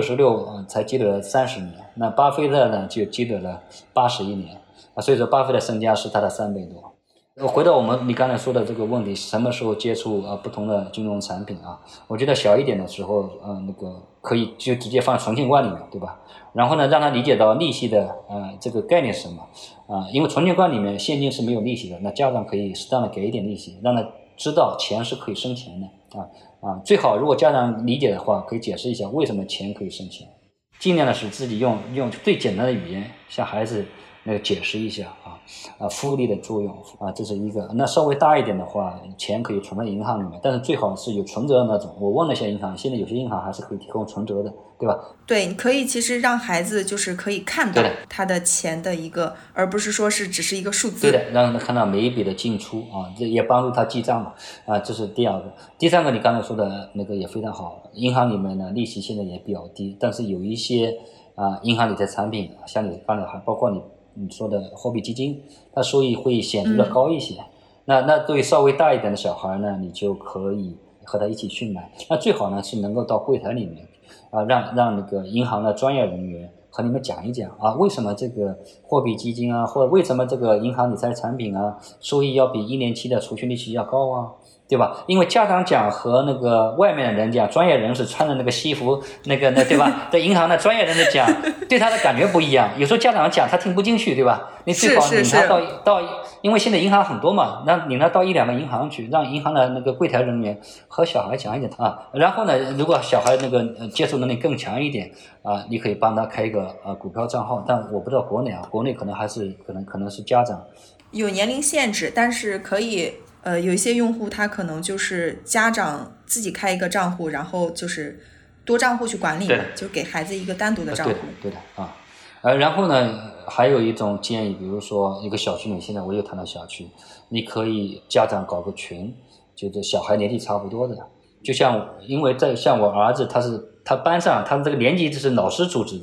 66%才积累了30年，那巴菲特呢就积累了81年所以说巴菲特身家是他的3倍多。回到你刚才说的这个问题，什么时候接触不同的金融产品我觉得小一点的时候那个可以就直接放存钱罐里面，对吧？然后呢，让他理解到利息的这个概念是什么因为存钱罐里面现金是没有利息的，那家长可以适当的给一点利息，让他知道钱是可以生钱的最好如果家长理解的话，可以解释一下为什么钱可以生钱，尽量的使自己用最简单的语言向孩子那个解释一下复利的作用这是一个。那稍微大一点的话，钱可以存在银行里面，但是最好是有存折的那种。我问了一下银行，现在有些银行还是可以提供存折的，对吧？ 对，你可以其实让孩子就是可以看到他的钱的一个，而不是说是只是一个数字。 对的，让他看到每一笔的进出这也帮助他记账嘛这是第2个。第3个，你刚才说的那个也非常好，银行里面呢利息现在也比较低，但是有一些银行理财产品，像你刚才还包括你说的货币基金，它收益会显著的高一些那对于稍微大一点的小孩呢，你就可以和他一起去买。那最好呢是能够到柜台里面让那个银行的专业人员和你们讲一讲为什么这个货币基金或者为什么这个银行理财产品收益要比1年期的储蓄利息要高对吧？因为家长讲和那个外面的人讲，专业人士穿的那个西服那对吧？在银行的专业人士讲，对他的感觉不一样。有时候家长讲他听不进去，对吧？你最好领他到因为现在银行很多嘛，那领他到1-2个银行去，让银行的那个柜台人员和小孩讲一讲然后呢，如果小孩那个接受能力更强一点你可以帮他开一个股票账号。但我不知道国内可能还是可能是家长有年龄限制，但是可以有一些用户他可能就是家长自己开一个账户，然后就是多账户去管理嘛，就给孩子一个单独的账户。 对的然后呢，还有一种建议，比如说一个小区里，现在我又谈到小区，你可以家长搞个群，就是小孩年纪差不多的，就像因为像我儿子他班上他这个年级就是老师组织的，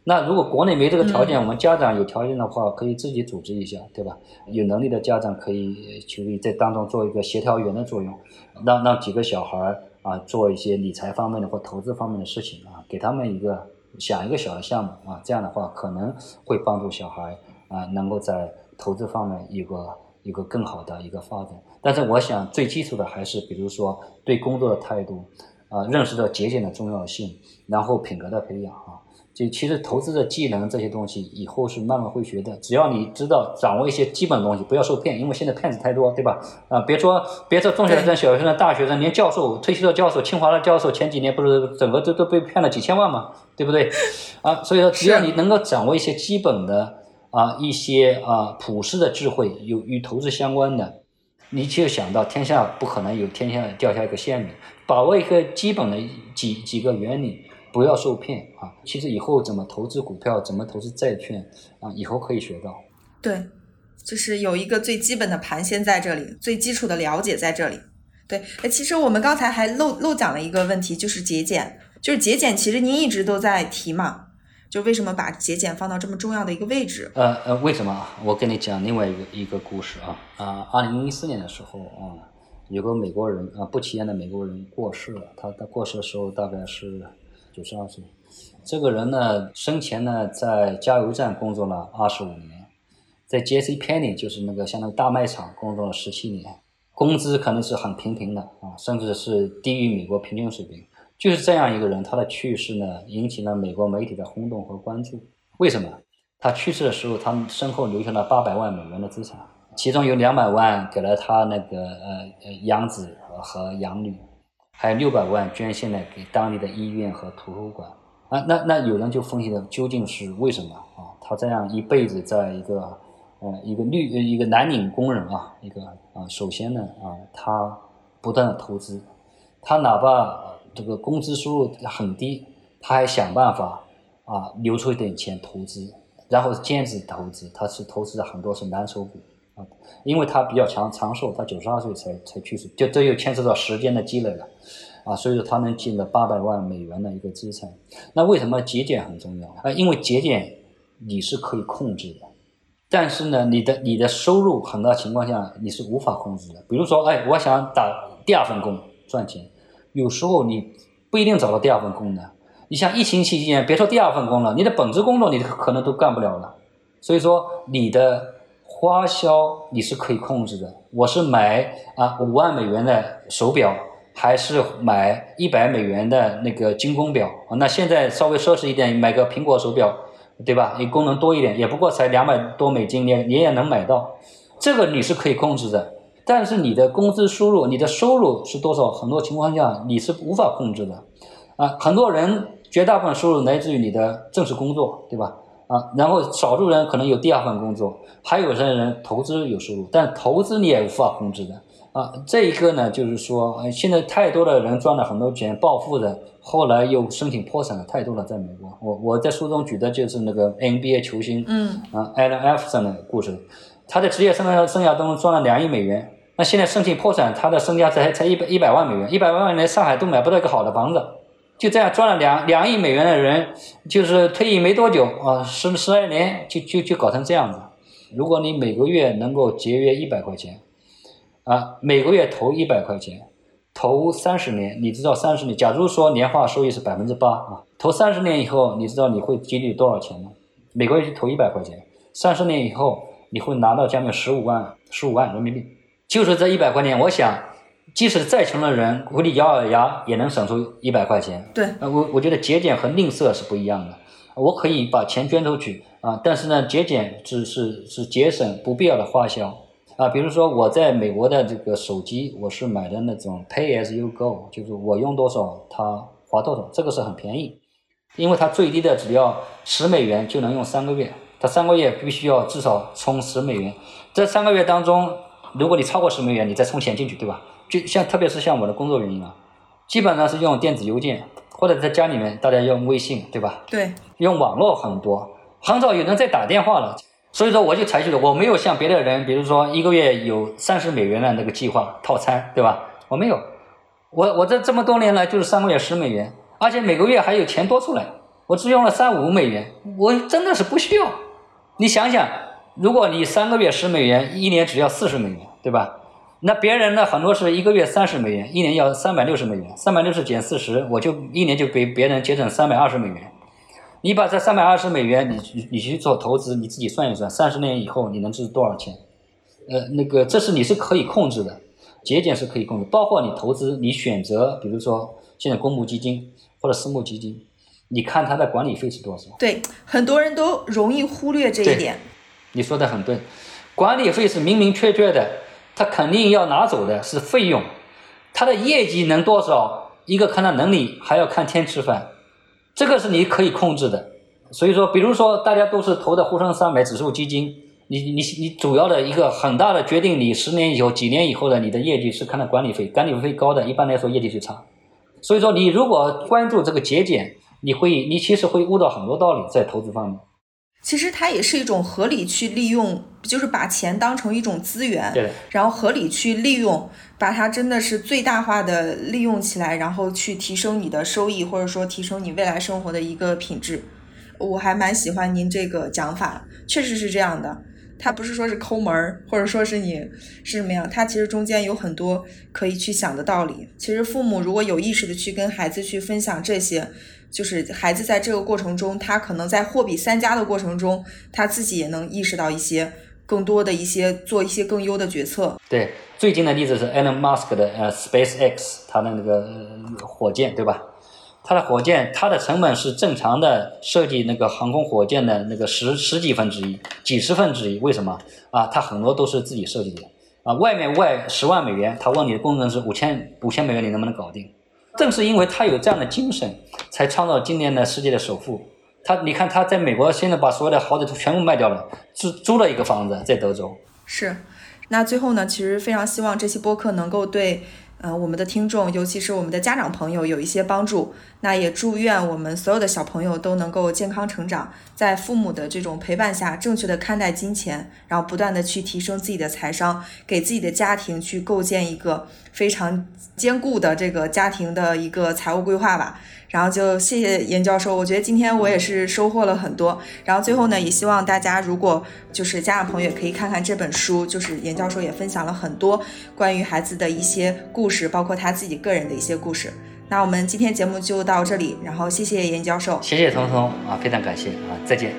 那如果国内没这个条件，我们家长有条件的话，可以自己组织一下，对吧？有能力的家长可以在当中做一个协调员的作用，让几个小孩做一些理财方面的或投资方面的事情给他们想一个小的项目这样的话可能会帮助小孩能够在投资方面有个更好的一个发展。但是我想最基础的还是比如说对工作的态度认识到节俭的重要性，然后品格的培养其实投资的技能这些东西以后是慢慢会学的，只要你知道掌握一些基本的东西，不要受骗，因为现在骗子太多，对吧？别说中学生、小学生、大学生，连教授、退休的教授、清华的教授，前几年不是整个都被骗了几千万嘛，对不对？所以说只要你能够掌握一些基本的一些普世的智慧，与投资相关的，你就想到天下不可能有天下掉下一个馅饼，把握一个基本的几个原理。不要受骗其实以后怎么投资股票，怎么投资债券以后可以学到。 对，就是有一个最基本的盘先在这里，最基础的了解在这里。对，其实我们刚才还漏讲了一个问题，就是节俭。就是节俭，其实您一直都在提嘛，就为什么把节俭放到这么重要的一个位置？ 为什么？我跟你讲另外一个故事2014年的时候有个美国人不起眼的美国人过世了，他过世的时候大概是92岁。这个人呢，生前呢在加油站工作了25年，在 JCPenney 就是那个相当于大卖场工作了17年，工资可能是很平平的甚至是低于美国平均水平。就是这样一个人，他的去世呢引起了美国媒体的轰动和关注。为什么？他去世的时候，他身后留下了800万美元的资产，其中有200万给了他那个养子和养女，还有600万捐献了给当地的医院和图书馆那有人就分析了究竟是为什么他这样一辈子在一个蓝领工人首先呢他不断的投资，他哪怕这个工资收入很低，他还想办法留出一点钱投资，然后兼职投资，他是投资的很多是蓝筹股因为他比较长寿，他92岁才去世，就这又牵涉到时间的积累了所以说他能进了800万美元的一个资产。那为什么节俭很重要因为节俭你是可以控制的，但是呢你的收入很大情况下你是无法控制的。比如说我想打第二份工赚钱，有时候你不一定找到第二份工的。你像疫情期间别说第二份工了，你的本职工作你可能都干不了了。所以说你的花销你是可以控制的。我是买5万美元的手表，还是买100美元的那个精工表那现在稍微奢侈一点，买个苹果手表，对吧？你功能多一点，也不过才200多美金，你也能买到。这个你是可以控制的。但是你的工资收入，你的收入是多少，很多情况下你是无法控制的很多人绝大部分收入来自于你的正式工作，对吧然后少数人可能有第二份工作，还有些人投资有收入，但投资你也无法控制的这一个呢就是说现在太多的人赚了很多钱暴富的，后来又申请破产的太多了。在美国我在书中举的就是那个 NBA 球星Allen Iverson 的故事。他的职业生涯中赚了2亿美元，那现在申请破产，他的身家才100万美元，100万美元上海都买不到一个好的房子。就这样赚了2亿美元的人，就是退役没多久十来年就搞成这样子。如果你每个月能够节约100块钱每个月投100块钱，投30年，你知道30年，假如说年化收益是 8% 投30年以后，你知道你会积累多少钱吗？每个月就投100块钱，30年以后你会拿到将近15万人民币。就是这100块钱，我想即使再穷的人回力咬咬牙也能省出100块钱。 对我觉得节俭和吝啬是不一样的。我可以把钱捐出去但是呢节俭是节省不必要的花销比如说我在美国的这个手机，我是买的那种 Pay as you go， 就是我用多少它花多少，这个是很便宜，因为它最低的只要10美元就能用3个月，它3个月必须要至少充10美元，这3个月当中如果你超过10美元你再充钱进去，对吧？就像特别是像我的工作原因基本上是用电子邮件，或者在家里面大家用微信，对吧？ 对， 用网络很多，很少有人在打电话了。所以说我就采取了，我没有像别的人比如说1个月有30美元的那个计划套餐，对吧？我没有，我这么多年来就是3个月10美元，而且每个月还有钱多出来， 我只用了$3-5，我真的是不需要。你想想，如果你3个月$10，一年只要$40，对吧？那别人呢，很多是1个月$30，一年要$360，360减40，我就一年就比别人节省$320。你把这$320，你去做投资，你自己算一算，30年以后你能值多少钱？这是你是可以控制的，节俭是可以控制，包括你投资，你选择，比如说现在公募基金或者私募基金，你看它的管理费是多少？ 对，很多人都容易忽略这一点。 你说的很对，管理费是明明确确的，他肯定要拿走的是费用，他的业绩能多少，一个看他能力，还要看天吃饭，这个是你可以控制的。所以说，比如说大家都是投的沪深300指数基金，你主要的一个很大的决定，你10年以后、几年以后的你的业绩是看到管理费高的，一般来说业绩就差。所以说，你如果关注这个节俭，你其实会悟到很多道理在投资方面。 其实它也是一种合理去利用，就是把钱当成一种资源， 对， 然后合理去利用，把它真的是最大化的利用起来，然后去提升你的收益，或者说提升你未来生活的一个品质。我还蛮喜欢您这个讲法，确实是这样的。它不是说是抠门，或者说是你是什么样，它其实中间有很多可以去想的道理。其实父母如果有意识的去跟孩子去分享这些，就是孩子在这个过程中，他可能在货比三家的过程中，他自己也能意识到一些更多的做一些更优的决策。 对，最近的例子是 Elon Musk 的SpaceX， 他的那个火箭，对吧？它的火箭，它的成本是正常的设计那个航空火箭的那个十几分之一、几十分之一。为什么啊？它很多都是自己设计的啊。外10万美元，他问你的工程师$5000，你能不能搞定？正是因为他有这样的精神，才创造今年的世界的首富。你看他在美国现在把所有的豪宅全部卖掉了，租了一个房子在德州。 是，那最后呢，其实非常希望这期播客能够对我们的听众，尤其是我们的家长朋友有一些帮助。那也祝愿我们所有的小朋友都能够健康成长，在父母的这种陪伴下，正确的看待金钱，然后不断的去提升自己的财商，给自己的家庭去构建一个非常坚固的这个家庭的一个财务规划吧。然后就谢谢严教授，我觉得今天我也是收获了很多。然后最后呢，也希望大家如果就是家长朋友也可以看看这本书，就是严教授也分享了很多关于孩子的一些故事，包括他自己个人的一些故事。那我们今天节目就到这里，然后谢谢严教授。 谢谢彤彤啊，非常感谢啊，再见。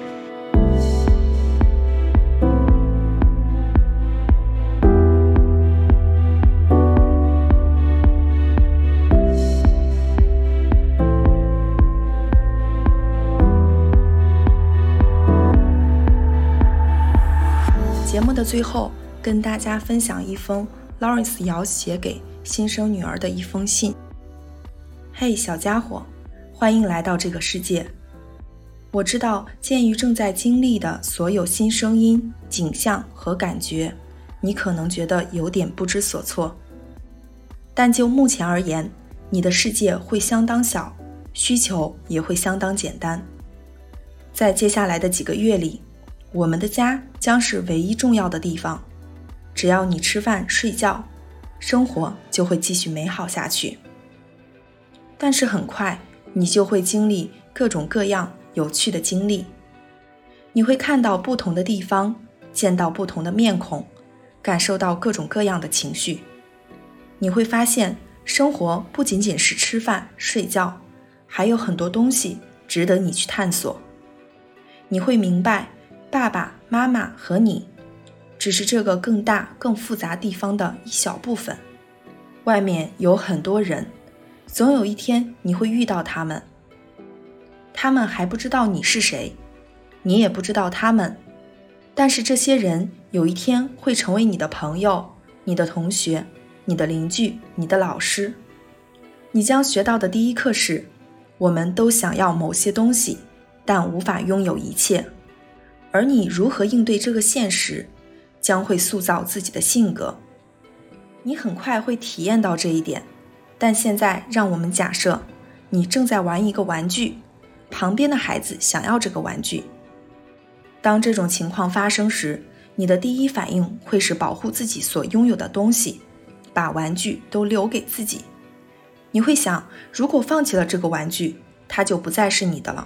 节目的最后，跟大家分享一封 Lawrence 姚写给新生女儿的一封信。嘿，小家伙，欢迎来到这个世界。我知道，鉴于正在经历的所有新声音、景象和感觉，你可能觉得有点不知所措。但就目前而言，你的世界会相当小，需求也会相当简单。在接下来的几个月里，我们的家将是唯一重要的地方。只要你吃饭睡觉，生活就会继续美好下去。但是很快，你就会经历各种各样有趣的经历。你会看到不同的地方，见到不同的面孔，感受到各种各样的情绪。你会发现，生活不仅仅是吃饭睡觉，还有很多东西值得你去探索。你会明白，爸爸妈妈和你只是这个更大更复杂地方的一小部分。外面有很多人，总有一天你会遇到他们。他们还不知道你是谁，你也不知道他们，但是这些人有一天会成为你的朋友、你的同学、你的邻居、你的老师。你将学到的第一课是，我们都想要某些东西，但无法拥有一切。而你如何应对这个现实，将会塑造自己的性格。你很快会体验到这一点，但现在让我们假设，你正在玩一个玩具，旁边的孩子想要这个玩具。当这种情况发生时，你的第一反应会是保护自己所拥有的东西，把玩具都留给自己。你会想，如果放弃了这个玩具，它就不再是你的了，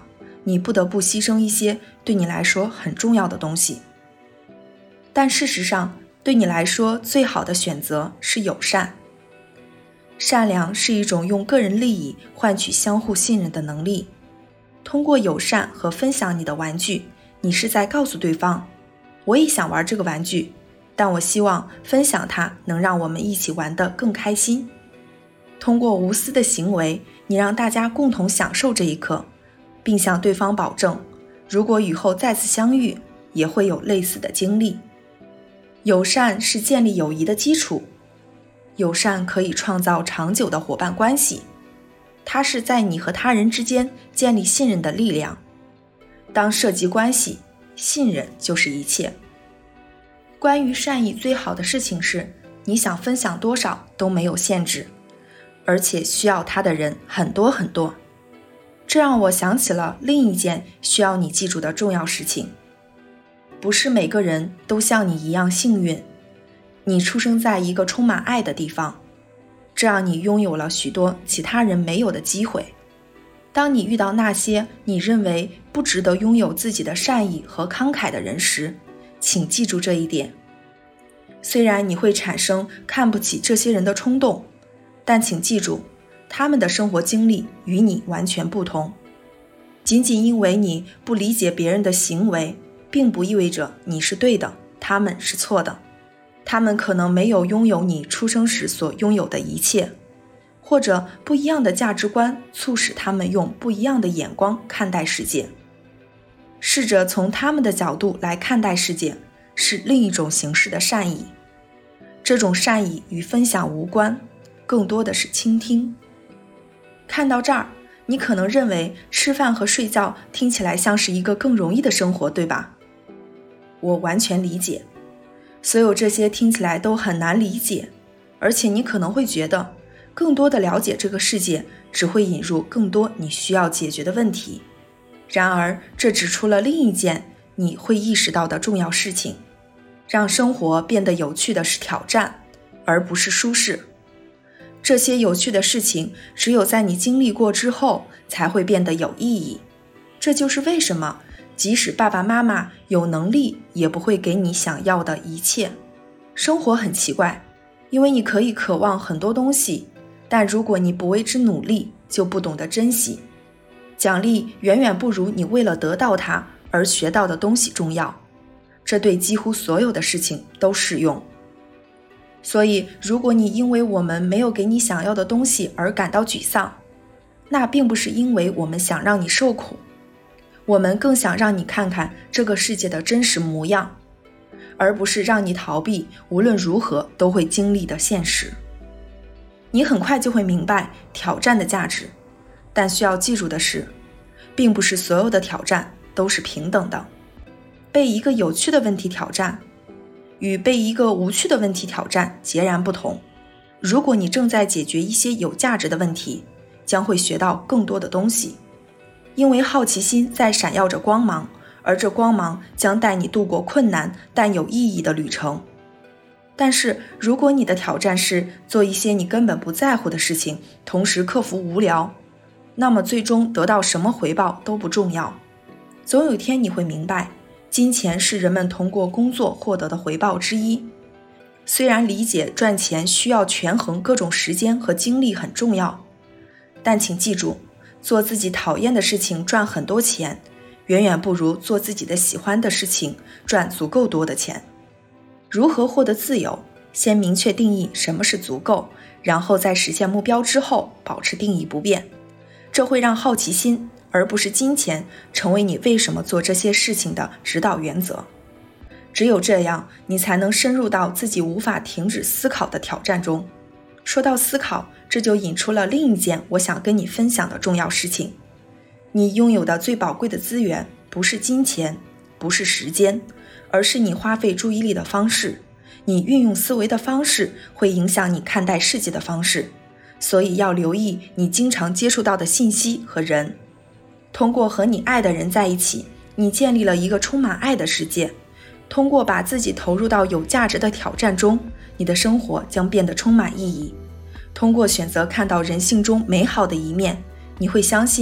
你不得不牺牲一些对你来说很重要的东西。但事实上，对你来说最好的选择是友善。善良是一种用个人利益换取相互信任的能力。通过友善和分享你的玩具，你是在告诉对方，我也想玩这个玩具，但我希望分享它能让我们一起玩得更开心。通过无私的行为，你让大家共同享受这一刻，并向对方保证，如果以后再次相遇，也会有类似的经历。友善是建立友谊的基础，友善可以创造长久的伙伴关系，它是在你和他人之间建立信任的力量。当涉及关系，信任就是一切。关于善意最好的事情是，你想分享多少都没有限制，而且需要它的人很多很多。这让我想起了另一件需要你记住的重要事情。不是每个人都像你一样幸运，你出生在一个充满爱的地方，这让你拥有了许多其他人没有的机会。当你遇到那些你认为不值得拥有自己的善意和慷慨的人时，请记住这一点。虽然你会产生看不起这些人的冲动，但请记住，他们的生活经历与你完全不同。仅仅因为你不理解别人的行为，并不意味着你是对的，他们是错的。他们可能没有拥有你出生时所拥有的一切，或者不一样的价值观促使他们用不一样的眼光看待世界。试着从他们的角度来看待世界，是另一种形式的善意。这种善意与分享无关，更多的是倾听。看到这儿，你可能认为吃饭和睡觉听起来像是一个更容易的生活，对吧？我完全理解，所有这些听起来都很难理解，而且你可能会觉得，更多的了解这个世界只会引入更多你需要解决的问题。然而，这指出了另一件你会意识到的重要事情：让生活变得有趣的是挑战，而不是舒适。这些有趣的事情只有在你经历过之后才会变得有意义。这就是为什么即使爸爸妈妈有能力，也不会给你想要的一切。生活很奇怪，因为你可以渴望很多东西，但如果你不为之努力，就不懂得珍惜。奖励远远不如你为了得到它而学到的东西重要，这对几乎所有的事情都适用。所以，如果你因为我们没有给你想要的东西而感到沮丧，那并不是因为我们想让你受苦，我们更想让你看看这个世界的真实模样，而不是让你逃避无论如何都会经历的现实。你很快就会明白挑战的价值，但需要记住的是，并不是所有的挑战都是平等的。被一个有趣的问题挑战，与被一个无趣的问题挑战截然不同。如果你正在解决一些有价值的问题，将会学到更多的东西，因为好奇心在闪耀着光芒，而这光芒将带你度过困难但有意义的旅程。但是，如果你的挑战是做一些你根本不在乎的事情，同时克服无聊，那么最终得到什么回报都不重要。总有一天你会明白，金钱是人们通过工作获得的回报之一。虽然理解赚钱需要权衡各种时间和精力很重要，但请记住，做自己讨厌的事情赚很多钱，远远不如做自己的喜欢的事情赚足够多的钱。如何获得自由？先明确定义什么是足够，然后在实现目标之后保持定义不变。这会让好奇心，而不是金钱，成为你为什么做这些事情的指导原则。只有这样，你才能深入到自己无法停止思考的挑战中。说到思考，这就引出了另一件我想跟你分享的重要事情。你拥有的最宝贵的资源，不是金钱，不是时间，而是你花费注意力的方式。你运用思维的方式，会影响你看待世界的方式。所以要留意你经常接触到的信息和人。通过和你爱的人在一起，你建立了一个充满爱的世界。通过把自己投入到有价值的挑战中，你的生活将变得充满意义。通过选择看到人性中美好的一面，你会相信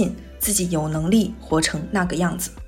自己有能力活成那个样子。